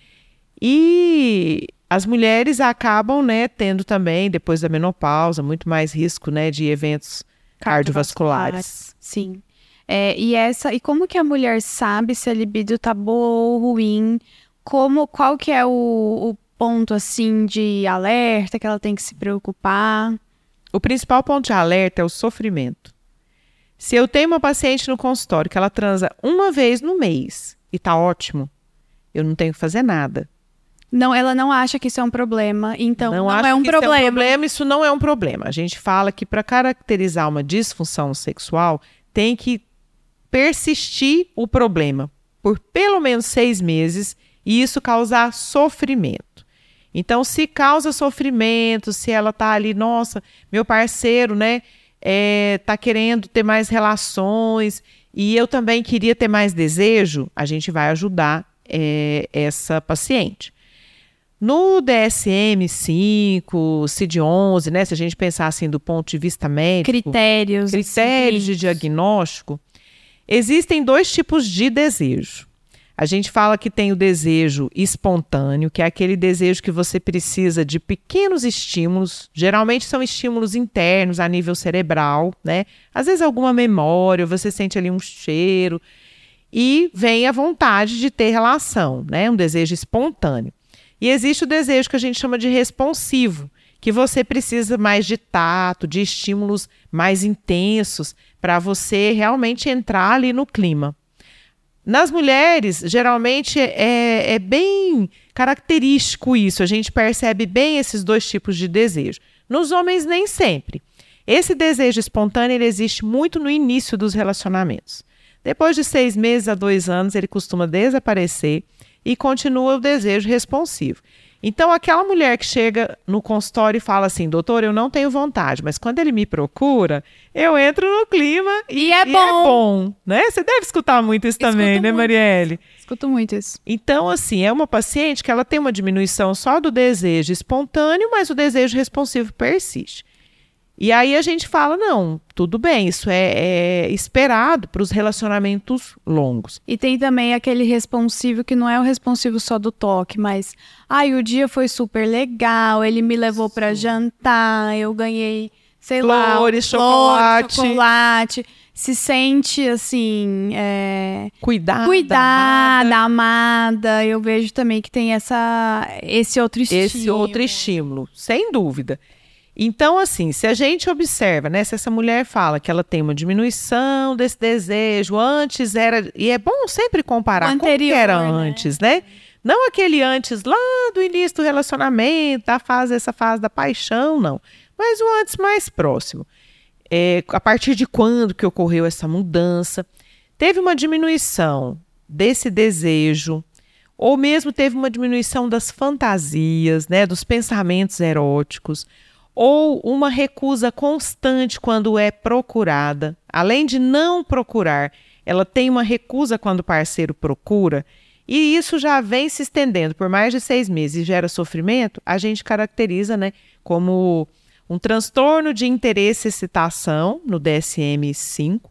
S2: E as mulheres acabam, né, tendo também, depois da menopausa, muito mais risco, né, de eventos cardiovasculares.
S1: Sim. É, e essa, e como que a mulher sabe se a libido tá boa ou ruim? Como, qual que é o, o ponto, assim, de alerta que ela tem que se preocupar?
S2: O principal ponto de alerta é o sofrimento. Se eu tenho uma paciente no consultório que ela transa uma vez no mês e tá ótimo, eu não tenho que fazer nada.
S1: Não, ela não acha que isso é um problema, então não,
S2: acho
S1: é um
S2: que
S1: problema.
S2: Isso é um problema, isso não é um problema. A gente fala que para caracterizar uma disfunção sexual, tem que persistir o problema por pelo menos seis meses e isso causar sofrimento. Então, se causa sofrimento, se ela tá ali, nossa, meu parceiro, né, é, tá querendo ter mais relações e eu também queria ter mais desejo, a gente vai ajudar é, essa paciente. No D S M cinco, C I D onze, né, se a gente pensar assim do ponto de vista médico,
S1: Critérios.
S2: critérios de diagnóstico, existem dois tipos de desejo. A gente fala que tem o desejo espontâneo, que é aquele desejo que você precisa de pequenos estímulos, geralmente são estímulos internos a nível cerebral, né? Às vezes alguma memória, você sente ali um cheiro e vem a vontade de ter relação, né? Um desejo espontâneo. E existe o desejo que a gente chama de responsivo, que você precisa mais de tato, de estímulos mais intensos para você realmente entrar ali no clima. Nas mulheres, geralmente é, é bem característico isso, a gente percebe bem esses dois tipos de desejo. Nos homens, nem sempre. Esse desejo espontâneo ele existe muito no início dos relacionamentos. Depois de seis meses a dois anos, ele costuma desaparecer e continua o desejo responsivo. Então, aquela mulher que chega no consultório e fala assim, doutor, eu não tenho vontade, mas quando ele me procura, eu entro no clima e,
S1: E é
S2: e
S1: bom.
S2: é bom, né? Você deve escutar muito isso também,
S1: Escuto
S2: né,
S1: muito.
S2: Marielle?
S1: Escuto muito isso.
S2: Então, assim, é uma paciente que ela tem uma diminuição só do desejo espontâneo, mas o desejo responsivo persiste. E aí a gente fala, não, tudo bem, isso é, é esperado para os relacionamentos longos.
S1: E tem também aquele responsivo que não é o responsivo só do toque, mas ai, o dia foi super legal, ele me levou para jantar, eu ganhei, sei lá,
S2: flores, chocolate.
S1: chocolate. Se sente, assim, é...
S2: cuidada,
S1: cuidada, amada. Eu vejo também que tem essa, esse outro estímulo.
S2: Esse outro estímulo, sem dúvida. Então, assim, se a gente observa, né, se essa mulher fala que ela tem uma diminuição desse desejo, antes era... E é bom sempre comparar com o que era né? antes, né? Não aquele antes lá do início do relacionamento, da fase, essa fase da paixão, não. Mas o antes mais próximo. É, a partir de quando que ocorreu essa mudança? Teve uma diminuição desse desejo, ou mesmo teve uma diminuição das fantasias, né, dos pensamentos eróticos, ou uma recusa constante quando é procurada. Além de não procurar, ela tem uma recusa quando o parceiro procura, e isso já vem se estendendo por mais de seis meses e gera sofrimento, a gente caracteriza, né, como um transtorno de interesse e excitação no D S M cinco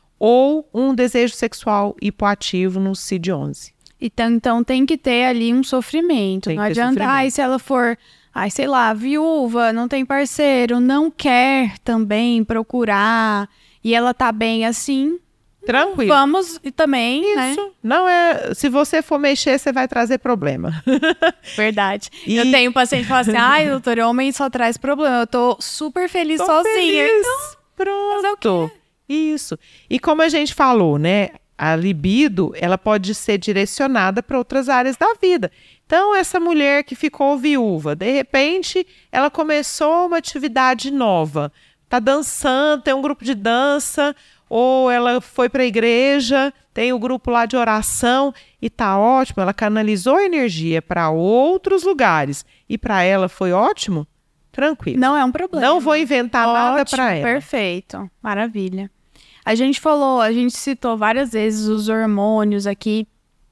S2: ou um desejo sexual hipoativo no C I D onze.
S1: Então, então tem que ter ali um sofrimento.
S2: Tem
S1: não
S2: que ter
S1: adianta,
S2: sofrimento.
S1: ai, se ela for, ai, sei lá, viúva, não tem parceiro, não quer também procurar e ela tá bem assim.
S2: Tranquilo.
S1: Vamos e também,
S2: Isso.
S1: né?
S2: Não é, se você for mexer, você vai trazer problema.
S1: Verdade.
S2: E...
S1: Eu tenho um paciente que fala assim, ai, doutor, homem só traz problema. Eu tô super feliz
S2: Tô
S1: sozinha.
S2: Feliz.
S1: Então,
S2: pronto. Isso. E como a gente falou, né? A libido, ela pode ser direcionada para outras áreas da vida. Então, essa mulher que ficou viúva, de repente, ela começou uma atividade nova. Tá dançando, tem um grupo de dança, ou ela foi para a igreja, tem o grupo lá de oração e tá ótimo, ela canalizou a energia para outros lugares e para ela foi ótimo, tranquilo.
S1: Não é um problema.
S2: Não vou inventar
S1: ótimo,
S2: nada para ela.
S1: Perfeito, maravilha. A gente falou, a gente citou várias vezes os hormônios aqui,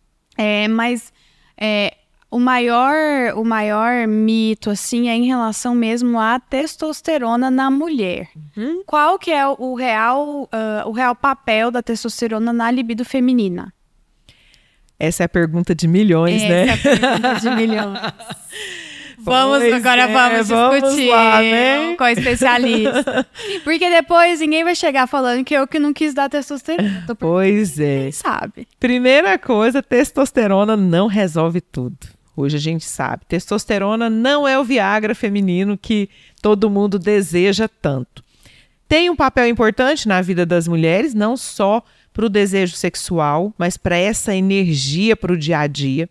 S1: é, mas é, o maior, o maior mito, assim, é em relação mesmo à testosterona na mulher. Uhum. Qual que é o real, uh, o real papel da testosterona na libido feminina?
S2: Essa é a pergunta de milhões,
S1: Essa
S2: né?
S1: Essa é a pergunta de milhões. Vamos,
S2: pois
S1: agora
S2: é,
S1: vamos discutir
S2: vamos lá, né?
S1: com a especialista. Porque depois ninguém vai chegar falando que eu que não quis dar testosterona.
S2: Pois é.
S1: Ninguém sabe.
S2: Primeira coisa, testosterona não resolve tudo. Hoje a gente sabe. Testosterona não é o Viagra feminino que todo mundo deseja tanto. Tem um papel importante na vida das mulheres, não só para o desejo sexual, mas para essa energia para o dia a dia.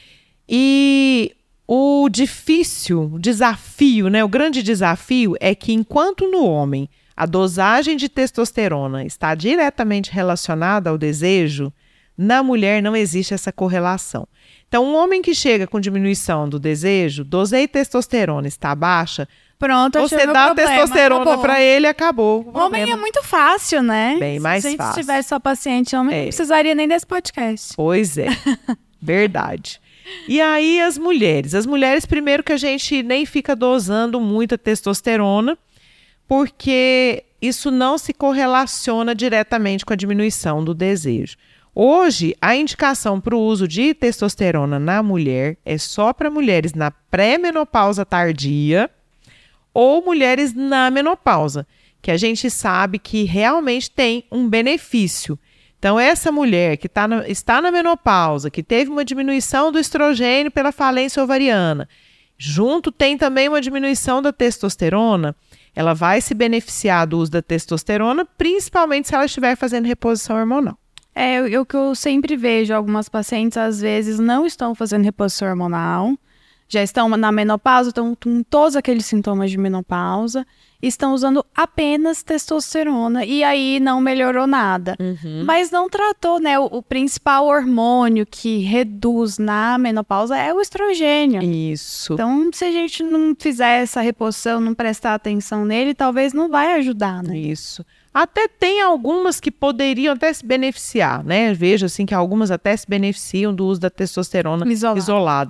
S2: E o difícil, o desafio, né, o grande desafio é que enquanto no homem a dosagem de testosterona está diretamente relacionada ao desejo, na mulher não existe essa correlação. Então, um homem que chega com diminuição do desejo, dosei testosterona está baixa,
S1: pronto,
S2: você dá testosterona para ele e acabou.
S1: O homem é muito fácil, né?
S2: Bem mais fácil.
S1: Se a gente tivesse só paciente homem,
S2: é.
S1: não precisaria nem desse podcast.
S2: Pois é, verdade. E aí as mulheres, as mulheres primeiro que a gente nem fica dosando muita testosterona, porque isso não se correlaciona diretamente com a diminuição do desejo. Hoje, a indicação para o uso de testosterona na mulher é só para mulheres na pré-menopausa tardia ou mulheres na menopausa, que a gente sabe que realmente tem um benefício. Então, essa mulher que tá na, está na menopausa, que teve uma diminuição do estrogênio pela falência ovariana, junto tem também uma diminuição da testosterona, ela vai se beneficiar do uso da testosterona, principalmente se ela estiver fazendo reposição hormonal.
S1: É, o que eu sempre vejo, algumas pacientes às vezes não estão fazendo reposição hormonal, já estão na menopausa, estão com todos aqueles sintomas de menopausa, estão usando apenas testosterona e aí não melhorou nada. Uhum. Mas não tratou, né? O, o principal hormônio que reduz na menopausa é o estrogênio.
S2: Isso.
S1: Então, se a gente não fizer essa reposição, não prestar atenção nele, talvez não vai ajudar, né?
S2: Isso. Até tem algumas que poderiam até se beneficiar, né? Vejo assim que algumas até se beneficiam do uso da testosterona
S1: isolada.
S2: isolada.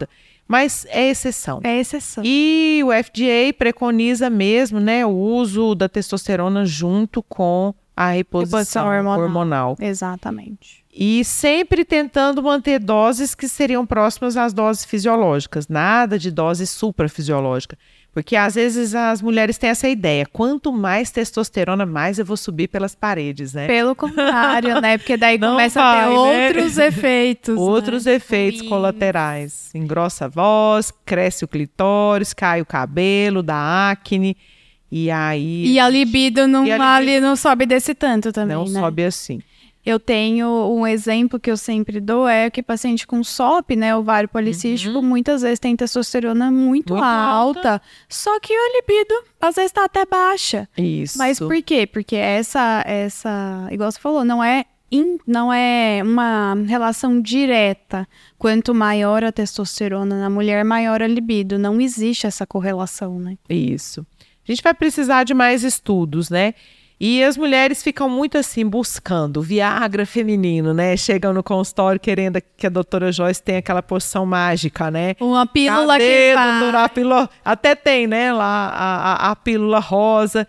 S2: mas é exceção.
S1: É exceção.
S2: E o F D A preconiza mesmo, né, o uso da testosterona junto com a reposição,
S1: Reposição hormonal.
S2: hormonal.
S1: Exatamente.
S2: E sempre tentando manter doses que seriam próximas às doses fisiológicas, nada de dose suprafisiológica. Porque às vezes as mulheres têm essa ideia, quanto mais testosterona, mais eu vou subir pelas paredes, né?
S1: Pelo contrário, né? Porque daí
S2: Não
S1: começa
S2: vai,
S1: a ter
S2: né?
S1: outros efeitos.
S2: Outros
S1: né?
S2: efeitos
S1: Ruins.
S2: colaterais. Engrossa a voz, cresce o clitóris, cai o cabelo, dá acne. E aí...
S1: E a libido não,
S2: E a libido
S1: ali não sobe desse tanto também,
S2: não
S1: né?
S2: sobe assim.
S1: Eu tenho um exemplo que eu sempre dou, é que paciente com S O P, né, ovário policístico,
S2: Uhum.
S1: muitas vezes tem testosterona muito,
S2: Muito
S1: alta,
S2: alta.
S1: só que a libido às vezes tá até baixa.
S2: Isso.
S1: Mas por quê? Porque essa, essa, igual você falou, não é, in, não é uma relação direta. Quanto maior a testosterona na mulher, maior a libido. Não existe essa correlação, né?
S2: Isso. A gente vai precisar de mais estudos, né? E as mulheres ficam muito assim, buscando Viagra feminino, né? Chegam no consultório querendo que a doutora Joyce tenha aquela poção mágica, né?
S1: Uma pílula
S2: Cadê,
S1: que
S2: doutora,
S1: vai...
S2: a pílula... Até tem, né? Lá a, a, a pílula rosa,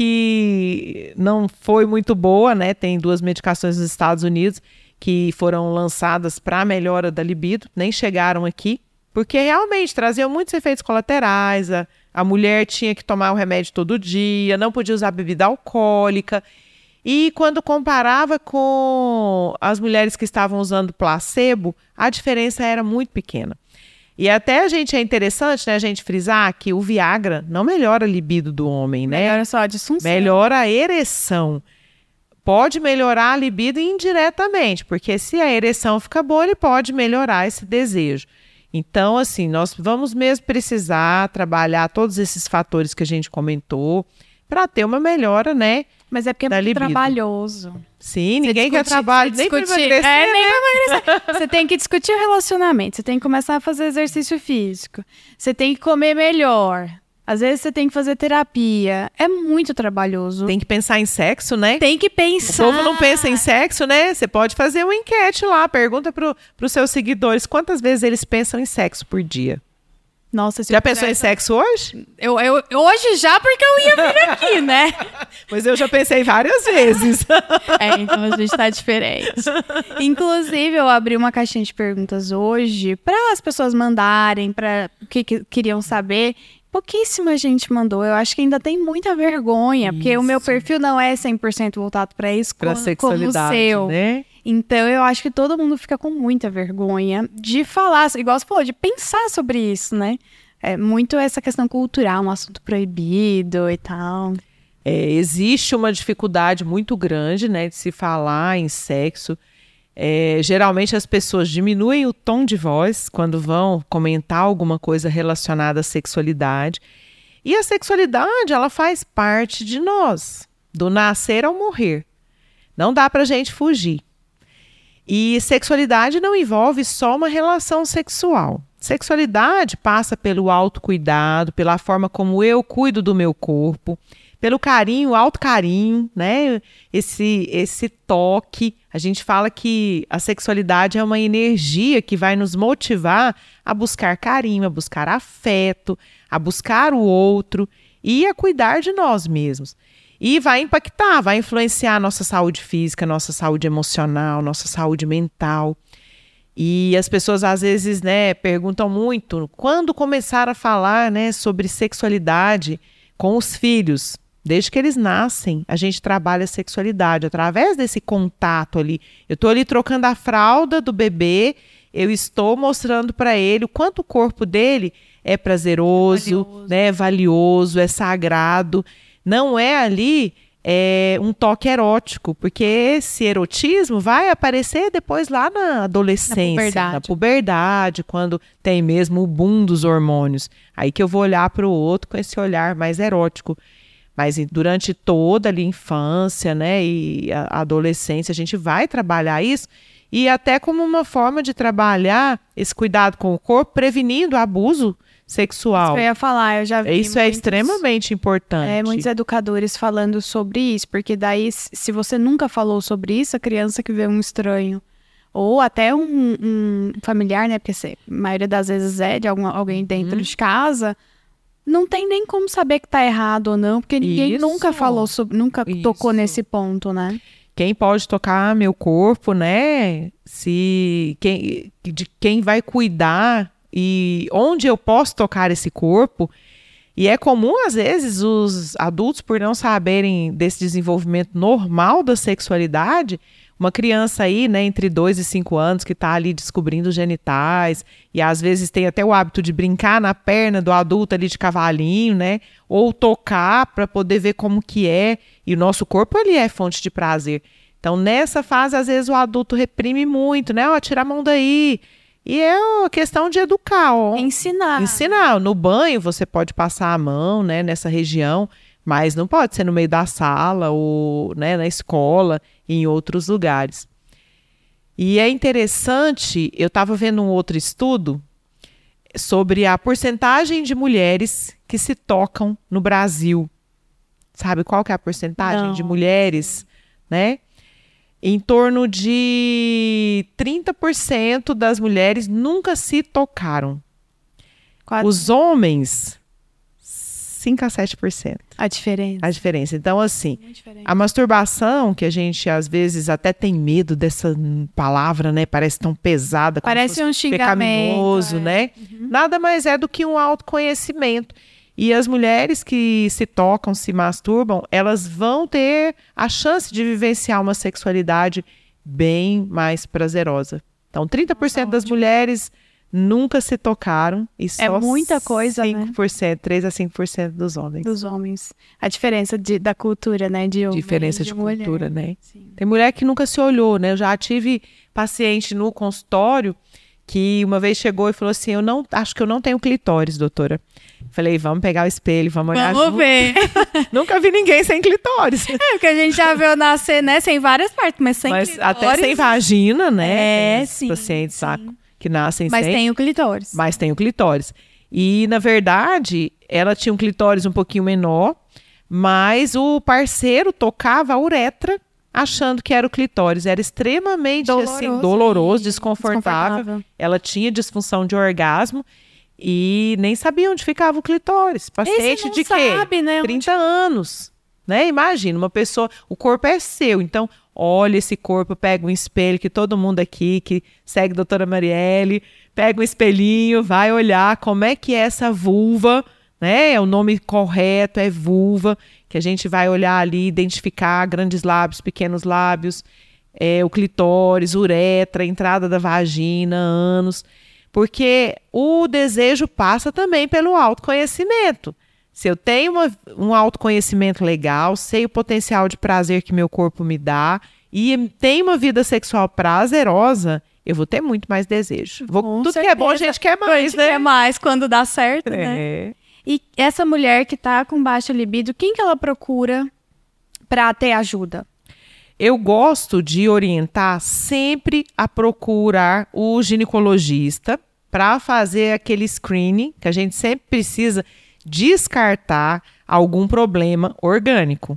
S2: que não foi muito boa, né? Tem duas medicações nos Estados Unidos que foram lançadas para a melhora da libido, nem chegaram aqui, porque realmente traziam muitos efeitos colaterais. A, a mulher tinha que tomar o remédio todo dia, não podia usar bebida alcoólica. E quando comparava com as mulheres que estavam usando placebo, a diferença era muito pequena. E até a gente é interessante, né, a gente frisar que o Viagra não melhora a libido do homem, né?
S1: Melhora só a disfunção.
S2: Melhora a ereção. Pode melhorar a libido indiretamente, porque se a ereção fica boa, ele pode melhorar esse desejo. Então, assim, nós vamos mesmo precisar trabalhar todos esses fatores que a gente comentou para ter uma melhora, né?
S1: Mas é porque é
S2: da
S1: muito
S2: libido.
S1: trabalhoso.
S2: Sim,
S1: Você
S2: ninguém quer
S1: discute-
S2: trabalho
S1: você
S2: nem para
S1: discutir-
S2: emagrecer,
S1: É, nem
S2: né?
S1: pra emagrecer. Você tem que discutir o relacionamento, você tem que começar a fazer exercício físico, você tem que comer melhor. Às vezes você tem que fazer terapia. É muito trabalhoso.
S2: Tem que pensar em sexo, né?
S1: Tem que
S2: O
S1: pensar.
S2: povo não pensa em sexo, né? Você pode fazer uma enquete lá, pergunta para os seus seguidores quantas vezes eles pensam em sexo por dia.
S1: Nossa, se
S2: Já
S1: eu
S2: pensou em
S1: fizesse-
S2: sexo hoje?
S1: Eu, eu, hoje já, porque eu ia vir aqui, né?
S2: Pois eu já pensei várias vezes.
S1: É, então a gente tá diferente. Inclusive, eu abri uma caixinha de perguntas hoje para as pessoas mandarem, para o que, que queriam saber. Pouquíssima gente mandou. Eu acho que ainda tem muita vergonha, porque o meu
S2: Isso.
S1: perfil não é cem por cento voltado para isso,
S2: Para
S1: como,
S2: sexualidade,
S1: como o seu.
S2: né?
S1: Então, eu acho que todo mundo fica com muita vergonha de falar, igual você falou, de pensar sobre isso, né? É muito essa questão cultural, um assunto proibido e tal.
S2: É, existe uma dificuldade muito grande, né, de se falar em sexo. É, geralmente as pessoas diminuem o tom de voz quando vão comentar alguma coisa relacionada à sexualidade. E a sexualidade, ela faz parte de nós, do nascer ao morrer. Não dá pra gente fugir. E sexualidade não envolve só uma relação sexual. Sexualidade passa pelo autocuidado, pela forma como eu cuido do meu corpo, pelo carinho, autocarinho, né? Esse, esse toque. A gente fala que a sexualidade é uma energia que vai nos motivar a buscar carinho, a buscar afeto, a buscar o outro e a cuidar de nós mesmos. E vai impactar, vai influenciar a nossa saúde física, nossa saúde emocional, nossa saúde mental. E as pessoas às vezes, né, perguntam muito quando começar a falar, né, sobre sexualidade com os filhos. Desde que eles nascem, a gente trabalha a sexualidade através desse contato ali. Eu estou ali trocando a fralda do bebê, eu estou mostrando para ele o quanto o corpo dele é prazeroso,
S1: Valioso.
S2: né, valioso, é sagrado. Não é ali é, um toque erótico, porque esse erotismo vai aparecer depois lá na adolescência,
S1: Na puberdade.
S2: na puberdade, quando tem mesmo o boom dos hormônios. Aí que eu vou olhar para o outro com esse olhar mais erótico. Mas e, durante toda ali, a infância, né, e a, a adolescência, a gente vai trabalhar isso, e até como uma forma de trabalhar esse cuidado com o corpo, prevenindo abuso sexual.
S1: Isso que eu ia falar, eu já vi
S2: Isso é
S1: muitos-
S2: extremamente importante.
S1: É, muitos educadores falando sobre isso, porque daí, se se você nunca falou sobre isso, a criança que vê um estranho ou até um, um familiar, né? Porque a maioria das vezes é de algum, alguém dentro hum. de casa, não tem nem como saber que tá errado ou não, porque ninguém Isso. nunca falou sobre, nunca Isso. tocou nesse ponto, né?
S2: Quem pode tocar meu corpo, né? Se quem, de quem vai cuidar e onde eu posso tocar esse corpo. E é comum, às vezes, os adultos, por não saberem desse desenvolvimento normal da sexualidade, uma criança aí, né, entre dois e cinco anos, que está ali descobrindo os genitais, e às vezes tem até o hábito de brincar na perna do adulto ali de cavalinho, né, ou tocar para poder ver como que é, e o nosso corpo, ele é fonte de prazer. Então, nessa fase, às vezes, o adulto reprime muito, né, ó, tira a mão daí, e é uma questão de educar, ó.
S1: Ensinar.
S2: Ensinar. No banho, você pode passar a mão, né, nessa região, mas não pode ser no meio da sala ou, né, na escola, em outros lugares. E é interessante, eu estava vendo um outro estudo sobre a porcentagem de mulheres que se tocam no Brasil. Sabe qual que é a porcentagem não. de mulheres, né? Em torno de trinta por cento das mulheres nunca se tocaram. Quatro. Os homens, cinco a sete por cento.
S1: A diferença.
S2: A diferença. Então, assim, a masturbação, que a gente às vezes até tem medo dessa palavra, né? Parece tão pesada.
S1: Parece um xingamento.
S2: Pecaminoso, é. né? Uhum. Nada mais é do que um autoconhecimento. E as mulheres que se tocam, se masturbam, elas vão ter a chance de vivenciar uma sexualidade bem mais prazerosa. Então, trinta por cento das mulheres nunca se tocaram e só
S1: é muita coisa,
S2: cinco por cento,
S1: né?
S2: três a cinco por cento dos homens.
S1: Dos homens. A diferença de, da cultura, né? De homem,
S2: diferença
S1: de,
S2: de
S1: mulher.
S2: cultura, né?
S1: Sim.
S2: Tem mulher que nunca se olhou, né? Eu já tive paciente no consultório que uma vvez chegou e falou assim, eu não, acho que eu não tenho clitóris, doutora. Falei, vamos pegar o espelho, vamos olhar
S1: Vamos
S2: junto.
S1: ver.
S2: Nunca vi ninguém sem clitóris.
S1: É, porque a gente já viu nascer, né? Sem várias partes, mas sem
S2: mas
S1: clitóris.
S2: Até sem vagina, né?
S1: É,
S2: tem
S1: sim.
S2: pacientes,
S1: sim.
S2: saco, que nascem
S1: mas
S2: sem.
S1: Mas tem o clitóris.
S2: Mas tem o clitóris. E, na verdade, ela tinha um clitóris um pouquinho menor, mas o parceiro tocava a uretra achando que era o clitóris. Era extremamente doloroso, assim, doloroso desconfortável. desconfortável. Ela tinha disfunção de orgasmo e nem sabia onde ficava o clitóris. Paciente de
S1: sabe,
S2: quê?
S1: Né?
S2: trinta anos. Né? Imagina, uma pessoa... O corpo é seu, então olha esse corpo, pega um espelho, que todo mundo aqui que segue a doutora Marielle, pega um espelhinho, vai olhar como é que é essa vulva, né? O nome correto é vulva, que a gente vai olhar ali, identificar grandes lábios, pequenos lábios, é, o clitóris, uretra, entrada da vagina, ânus, porque o desejo passa também pelo autoconhecimento. Se eu tenho uma, um autoconhecimento legal, sei o potencial de prazer que meu corpo me dá e tenho uma vida sexual prazerosa, eu vou ter muito mais desejo. Vou, tudo certeza. Que é bom a gente quer mais,
S1: a gente
S2: né?
S1: quer mais quando dá certo,
S2: é.
S1: né? E essa mulher que tá com baixa libido, quem que ela procura para ter ajuda?
S2: Eu gosto de orientar sempre a procurar o ginecologista para fazer aquele screening, que a gente sempre precisa descartar algum problema orgânico.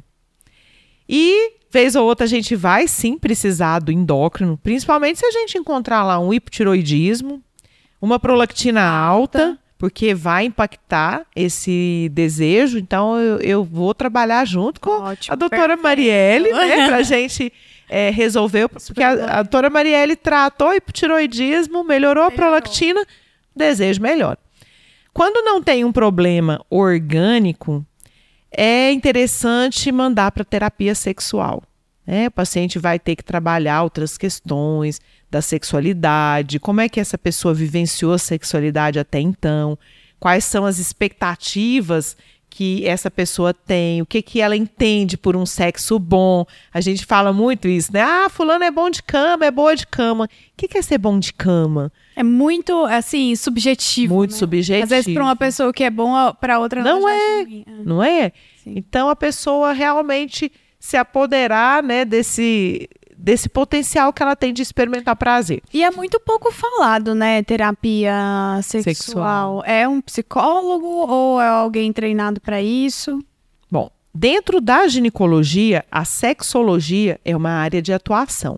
S2: E, vez ou outra, a gente vai sim precisar do endócrino, principalmente se a gente encontrar lá um hipotiroidismo, uma prolactina alta, alta porque vai impactar esse desejo. Então, eu, eu vou trabalhar junto com Ótimo, a doutora perfeito. Marielle, né, para a gente é, resolver. Porque a, a doutora Marielle tratou o hipotiroidismo, melhorou a prolactina, desejo melhora. Quando não tem um problema orgânico, é interessante mandar para terapia sexual. Né? O paciente vai ter que trabalhar outras questões da sexualidade, como é que essa pessoa vivenciou a sexualidade até então, quais são as expectativas que essa pessoa tem, o que, que ela entende por um sexo bom. A gente fala muito isso, né? Ah, fulano é bom de cama, é boa de cama. O que, que é ser bom de cama?
S1: É muito, assim, subjetivo.
S2: Muito
S1: né?
S2: subjetivo.
S1: Às vezes, para uma pessoa que é bom, para outra
S2: não, não é. é. Não é?
S1: Sim.
S2: Então, a pessoa realmente se apoderar, né, desse, desse potencial que ela tem de experimentar prazer.
S1: E é muito pouco falado, né, terapia sexual. sexual. É um psicólogo ou é alguém treinado para isso?
S2: Bom, dentro da ginecologia, a sexologia é uma área de atuação.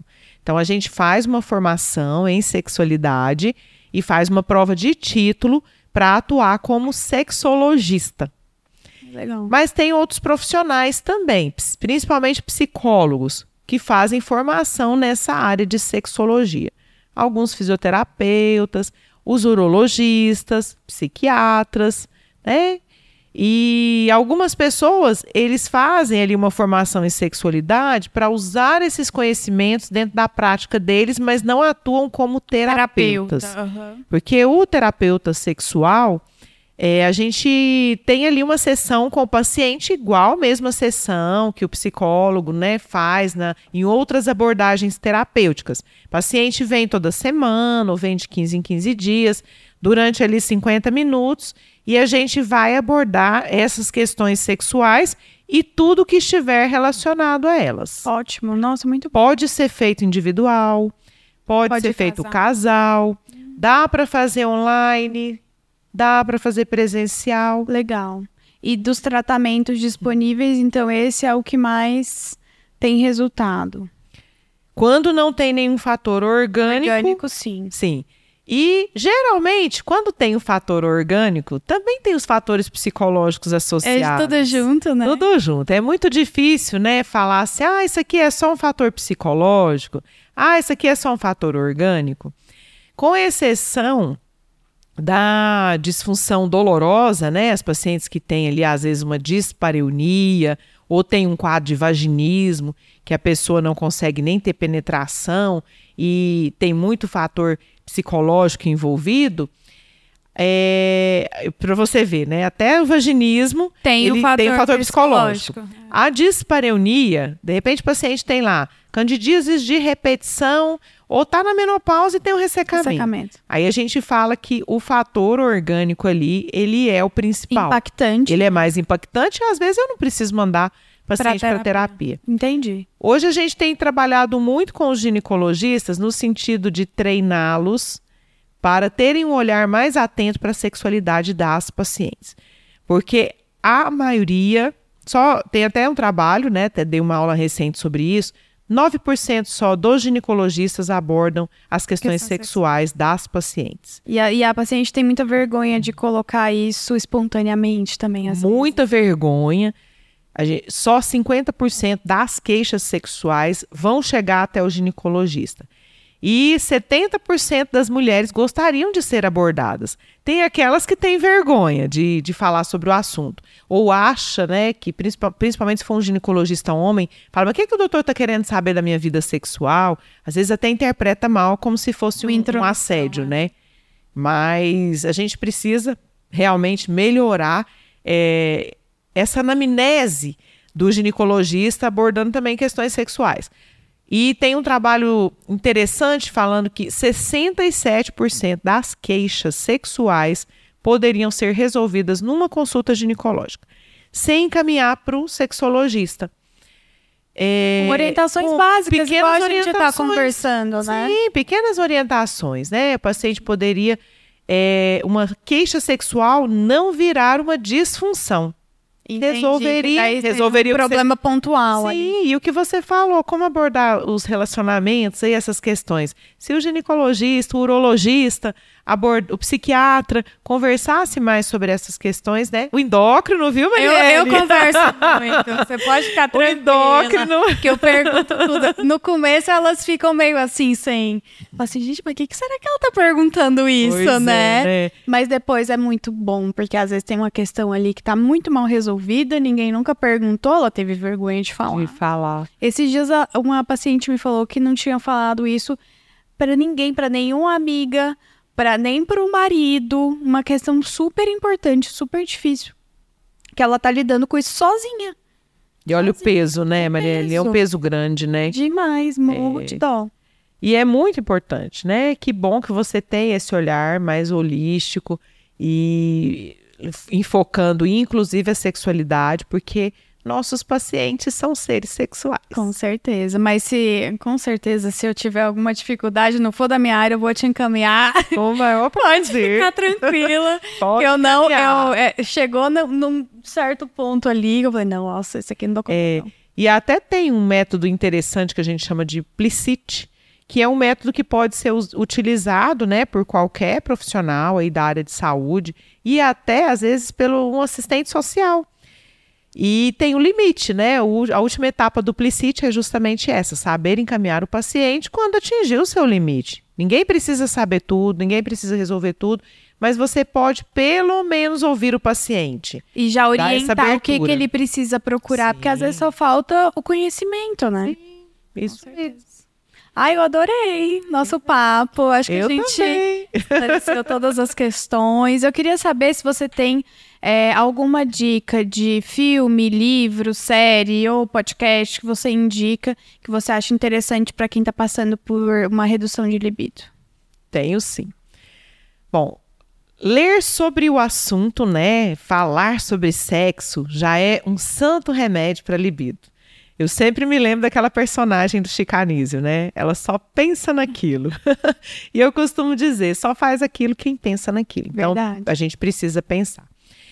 S2: Então, a gente faz uma formação em sexualidade e faz uma prova de título para atuar como sexologista.
S1: Legal.
S2: Mas tem outros profissionais também, principalmente psicólogos, que fazem formação nessa área de sexologia. Alguns fisioterapeutas, os urologistas, psiquiatras, né? E algumas pessoas, eles fazem ali uma formação em sexualidade para usar esses conhecimentos dentro da prática deles, mas não atuam como terapeutas.
S1: Terapeuta, uhum.
S2: Porque o terapeuta sexual, é, a gente tem ali uma sessão com o paciente igual, mesma sessão que o psicólogo, né, faz na, em outras abordagens terapêuticas. O paciente vem toda semana ou vem de quinze em quinze dias, durante ali cinquenta minutos, e a gente vai abordar essas questões sexuais e tudo que estiver relacionado a elas.
S1: Ótimo, nossa, muito bom.
S2: Pode ser feito individual, pode,
S1: Pode
S2: ser feito
S1: casar.
S2: casal, dá para fazer online, dá para fazer presencial.
S1: Legal. E dos tratamentos disponíveis, então esse é o que mais tem resultado.
S2: Quando não tem nenhum fator orgânico,
S1: Orgânico, sim.
S2: sim. E, geralmente, quando tem o fator orgânico, também tem os fatores psicológicos associados.
S1: É de tudo junto, né?
S2: Tudo junto. É muito difícil, né, falar assim, ah, isso aqui é só um fator psicológico, ah, isso aqui é só um fator orgânico. Com exceção da disfunção dolorosa, né, as pacientes que têm ali, às vezes, uma dispareunia, ou tem um quadro de vaginismo, que a pessoa não consegue nem ter penetração e tem muito fator psicológico envolvido, é, para você ver, né? Até o vaginismo
S1: tem,
S2: ele
S1: o, fator
S2: tem um fator psicológico.
S1: psicológico.
S2: A dispareunia, de repente o paciente tem lá candidíases de repetição ou tá na menopausa e tem um ressecamento.
S1: Ressecamento.
S2: Aí a gente fala que o fator orgânico ali, ele é o principal.
S1: Impactante.
S2: Ele é mais impactante e às vezes eu não preciso mandar paciente para
S1: terapia.
S2: terapia.
S1: Entendi.
S2: Hoje a gente tem trabalhado muito com os ginecologistas no sentido de treiná-los para terem um olhar mais atento para a sexualidade das pacientes. Porque a maioria, só tem até um trabalho, né? Até dei uma aula recente sobre isso, nove por cento só dos ginecologistas abordam as questões
S1: Questão
S2: sexuais das pacientes.
S1: E a, e a paciente tem muita vergonha de colocar isso espontaneamente também, às
S2: Muita vergonha. A gente, só cinquenta por cento das queixas sexuais vão chegar até o ginecologista. E setenta por cento das mulheres gostariam de ser abordadas. Tem aquelas que têm vergonha de, de falar sobre o assunto. Ou acha, né, que principalmente se for um ginecologista homem, fala, mas o que, que o doutor está querendo saber da minha vida sexual? Às vezes até interpreta mal como se fosse um, um assédio, né? Mas a gente precisa realmente melhorar é, essa anamnese do ginecologista abordando também questões sexuais. E tem um trabalho interessante falando que sessenta e sete por cento das queixas sexuais poderiam ser resolvidas numa consulta ginecológica, sem encaminhar para o sexologista. É,
S1: com orientações
S2: com
S1: básicas, igual a gente está
S2: orientações.
S1: conversando, né?
S2: Sim, pequenas orientações, né? O paciente poderia, é, uma queixa sexual não virar uma disfunção.
S1: Entendi.
S2: Resolveria,
S1: Daí tem
S2: resolveria
S1: um problema
S2: você...
S1: pontual.
S2: Sim,
S1: ali.
S2: E o que você falou, como abordar os relacionamentos e essas questões. Se o ginecologista, o urologista, abord... o psiquiatra conversasse mais sobre essas questões, né? O endócrino, viu, Marielle?
S1: Eu, eu converso muito. Você pode ficar tranquila.
S2: O endócrino.
S1: Que eu pergunto tudo. No começo elas ficam meio assim, sem... Fala assim, gente, mas o que, que será que ela tá perguntando isso,
S2: Pois
S1: né?
S2: é, né?
S1: Mas depois é muito bom, porque às vezes tem uma questão ali que tá muito mal resolvida, ninguém nunca perguntou, ela teve vergonha de falar.
S2: De falar.
S1: Esses dias a- uma paciente me falou que não tinha falado isso pra ninguém, pra nenhuma amiga, pra nem pro marido, uma questão super importante, super difícil, que ela tá lidando com isso sozinha.
S2: E olha o peso, né, Marielle? É um
S1: peso.
S2: peso grande, né?
S1: Demais, morro
S2: É.
S1: de dó.
S2: E é muito importante, né? Que bom que você tem esse olhar mais holístico e enfocando inclusive a sexualidade, porque nossos pacientes são seres sexuais.
S1: Com certeza, mas se, com certeza, se eu tiver alguma dificuldade, não for da minha área, eu vou te encaminhar.
S2: Com o maior
S1: Pode
S2: prazer.
S1: ficar tranquila.
S2: Pode
S1: eu não,
S2: encaminhar.
S1: eu, é, chegou num, num certo ponto ali, eu falei, não, nossa, isso aqui não dá conta,
S2: É,
S1: não.
S2: e até tem um método interessante que a gente chama de Plicit, que é um método que pode ser us- utilizado, né, por qualquer profissional aí da área de saúde e até, às vezes, pelo um assistente social. E tem um limite, né? O, a última etapa do Plicit é justamente essa, saber encaminhar o paciente quando atingir o seu limite. Ninguém precisa saber tudo, ninguém precisa resolver tudo, mas você pode pelo menos ouvir o paciente.
S1: E já orientar o que, que ele precisa procurar,
S2: Sim.
S1: porque às vezes só falta o conhecimento, né?
S2: Sim, isso mesmo.
S1: Ai, eu adorei nosso papo. Acho que
S2: Eu
S1: a gente
S2: também.
S1: esclareceu todas as questões. Eu queria saber se você tem é, alguma dica de filme, livro, série ou podcast que você indica, que você acha interessante para quem está passando por uma redução de libido.
S2: Tenho sim. Bom, ler sobre o assunto, né? Falar sobre sexo já é um santo remédio para libido. Eu sempre me lembro daquela personagem do Chico Anísio, né? Ela só pensa naquilo. E eu costumo dizer, só faz aquilo quem pensa naquilo. Então,
S1: Verdade.
S2: a gente precisa pensar.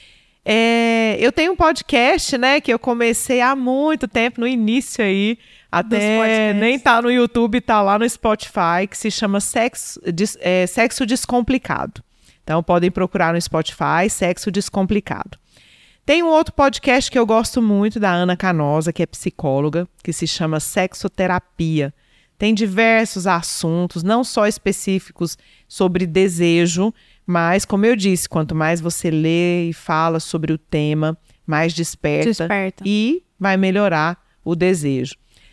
S2: É, eu tenho um podcast, né, que eu comecei há muito tempo, no início aí, até nem tá no YouTube, tá lá no Spotify, que se chama Sexo, Des, é, Sexo Descomplicado. Então, podem procurar no Spotify, Sexo Descomplicado. Tem um outro podcast que eu gosto muito, da Ana Canosa, que é psicóloga, que se chama Sexoterapia. Tem diversos assuntos, não só específicos sobre desejo, mas, como eu disse, quanto mais você lê e fala sobre o tema, mais desperta,
S1: Desperta.
S2: E vai melhorar o desejo.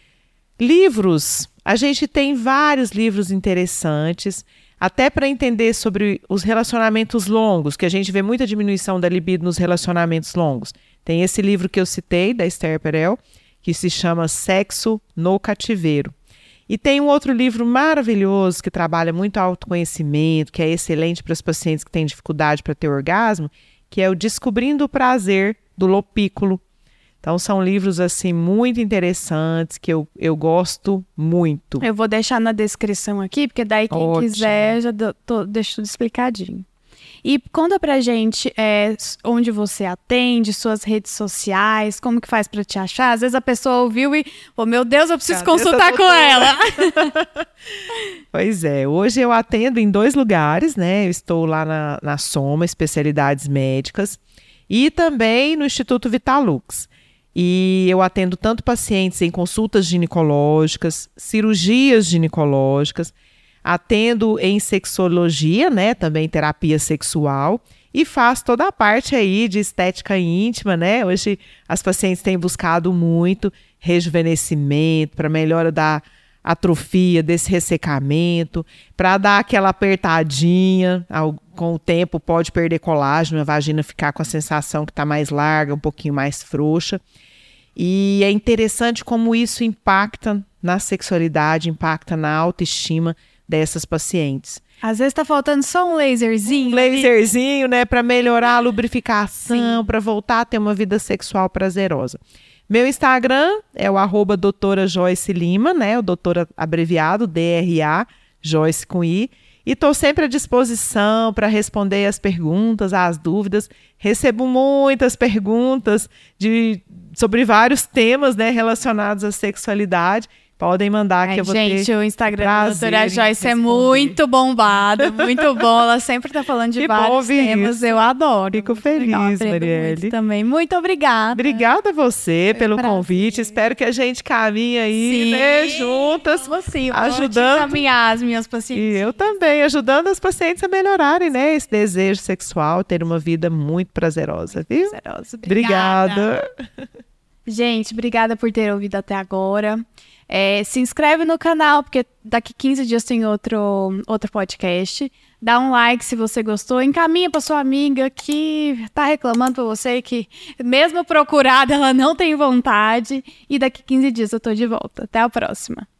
S2: Livros, a gente tem vários livros interessantes, até para entender sobre os relacionamentos longos, que a gente vê muita diminuição da libido nos relacionamentos longos. Tem esse livro que eu citei, da Esther Perel, que se chama Sexo no Cativeiro. E tem um outro livro maravilhoso que trabalha muito autoconhecimento, que é excelente para os pacientes que têm dificuldade para ter orgasmo, que é o Descobrindo o Prazer, do Lopículo. Então, são livros, assim, muito interessantes, que eu, eu gosto muito.
S1: Eu vou deixar na descrição aqui, porque daí quem
S2: Ótimo.
S1: quiser, já do, tô, deixo tudo explicadinho. E conta pra gente é, onde você atende, suas redes sociais, como que faz pra te achar. Às vezes a pessoa ouviu e, oh, meu Deus, eu preciso
S2: Cadê
S1: consultar
S2: essa
S1: com
S2: doutora?
S1: ela.
S2: Pois é, hoje eu atendo em dois lugares, né? Eu estou lá na, na Soma, Especialidades Médicas, e também no Instituto Vitalux. E eu atendo tanto pacientes em consultas ginecológicas, cirurgias ginecológicas, atendo em sexologia, né, também terapia sexual, e faço toda a parte aí de estética íntima, né? Hoje as pacientes têm buscado muito rejuvenescimento, para melhora da atrofia, desse ressecamento, para dar aquela apertadinha, ao, com o tempo pode perder colágeno, a vagina ficar com a sensação que está mais larga, um pouquinho mais frouxa. E é interessante como isso impacta na sexualidade, impacta na autoestima dessas pacientes.
S1: Às vezes tá faltando só um laserzinho.
S2: Um laserzinho, né, para melhorar a lubrificação, para voltar a ter uma vida sexual prazerosa. Meu Instagram é o arroba doutora Joyce Lima, né, o doutora abreviado, D R A, Joyce com I. E estou sempre à disposição para responder as perguntas, as dúvidas. Recebo muitas perguntas de, sobre vários temas, né, relacionados à sexualidade. Podem mandar
S1: Ai,
S2: que eu vou
S1: gente,
S2: ter
S1: o Instagram da
S2: prazer
S1: doutora
S2: em
S1: Joyce é
S2: responder.
S1: muito bombado, muito bom. Ela sempre tá falando de
S2: Que bom
S1: vários
S2: ouvir
S1: temas,
S2: isso.
S1: eu adoro.
S2: Fico
S1: Muito legal,
S2: feliz,
S1: aprendo
S2: Marielle.
S1: muito também. Muito obrigada.
S2: Obrigada a você pelo
S1: prazer.
S2: convite. Espero que a gente caminhe aí,
S1: Sim,
S2: né, juntas.
S1: vamos sim, vou
S2: ajudando.
S1: caminhar as minhas
S2: E
S1: pacientes.
S2: eu também, ajudando as pacientes a melhorarem, né, esse desejo sexual, ter uma vida muito prazerosa, viu?
S1: Prazerosa.
S2: Obrigada.
S1: Gente, obrigada por ter ouvido até agora. É, se inscreve no canal, porque daqui quinze dias tem outro, outro podcast. Dá um like se você gostou. Encaminha para sua amiga que tá reclamando para você que, mesmo procurada, ela não tem vontade. E daqui quinze dias eu tô de volta. Até a próxima.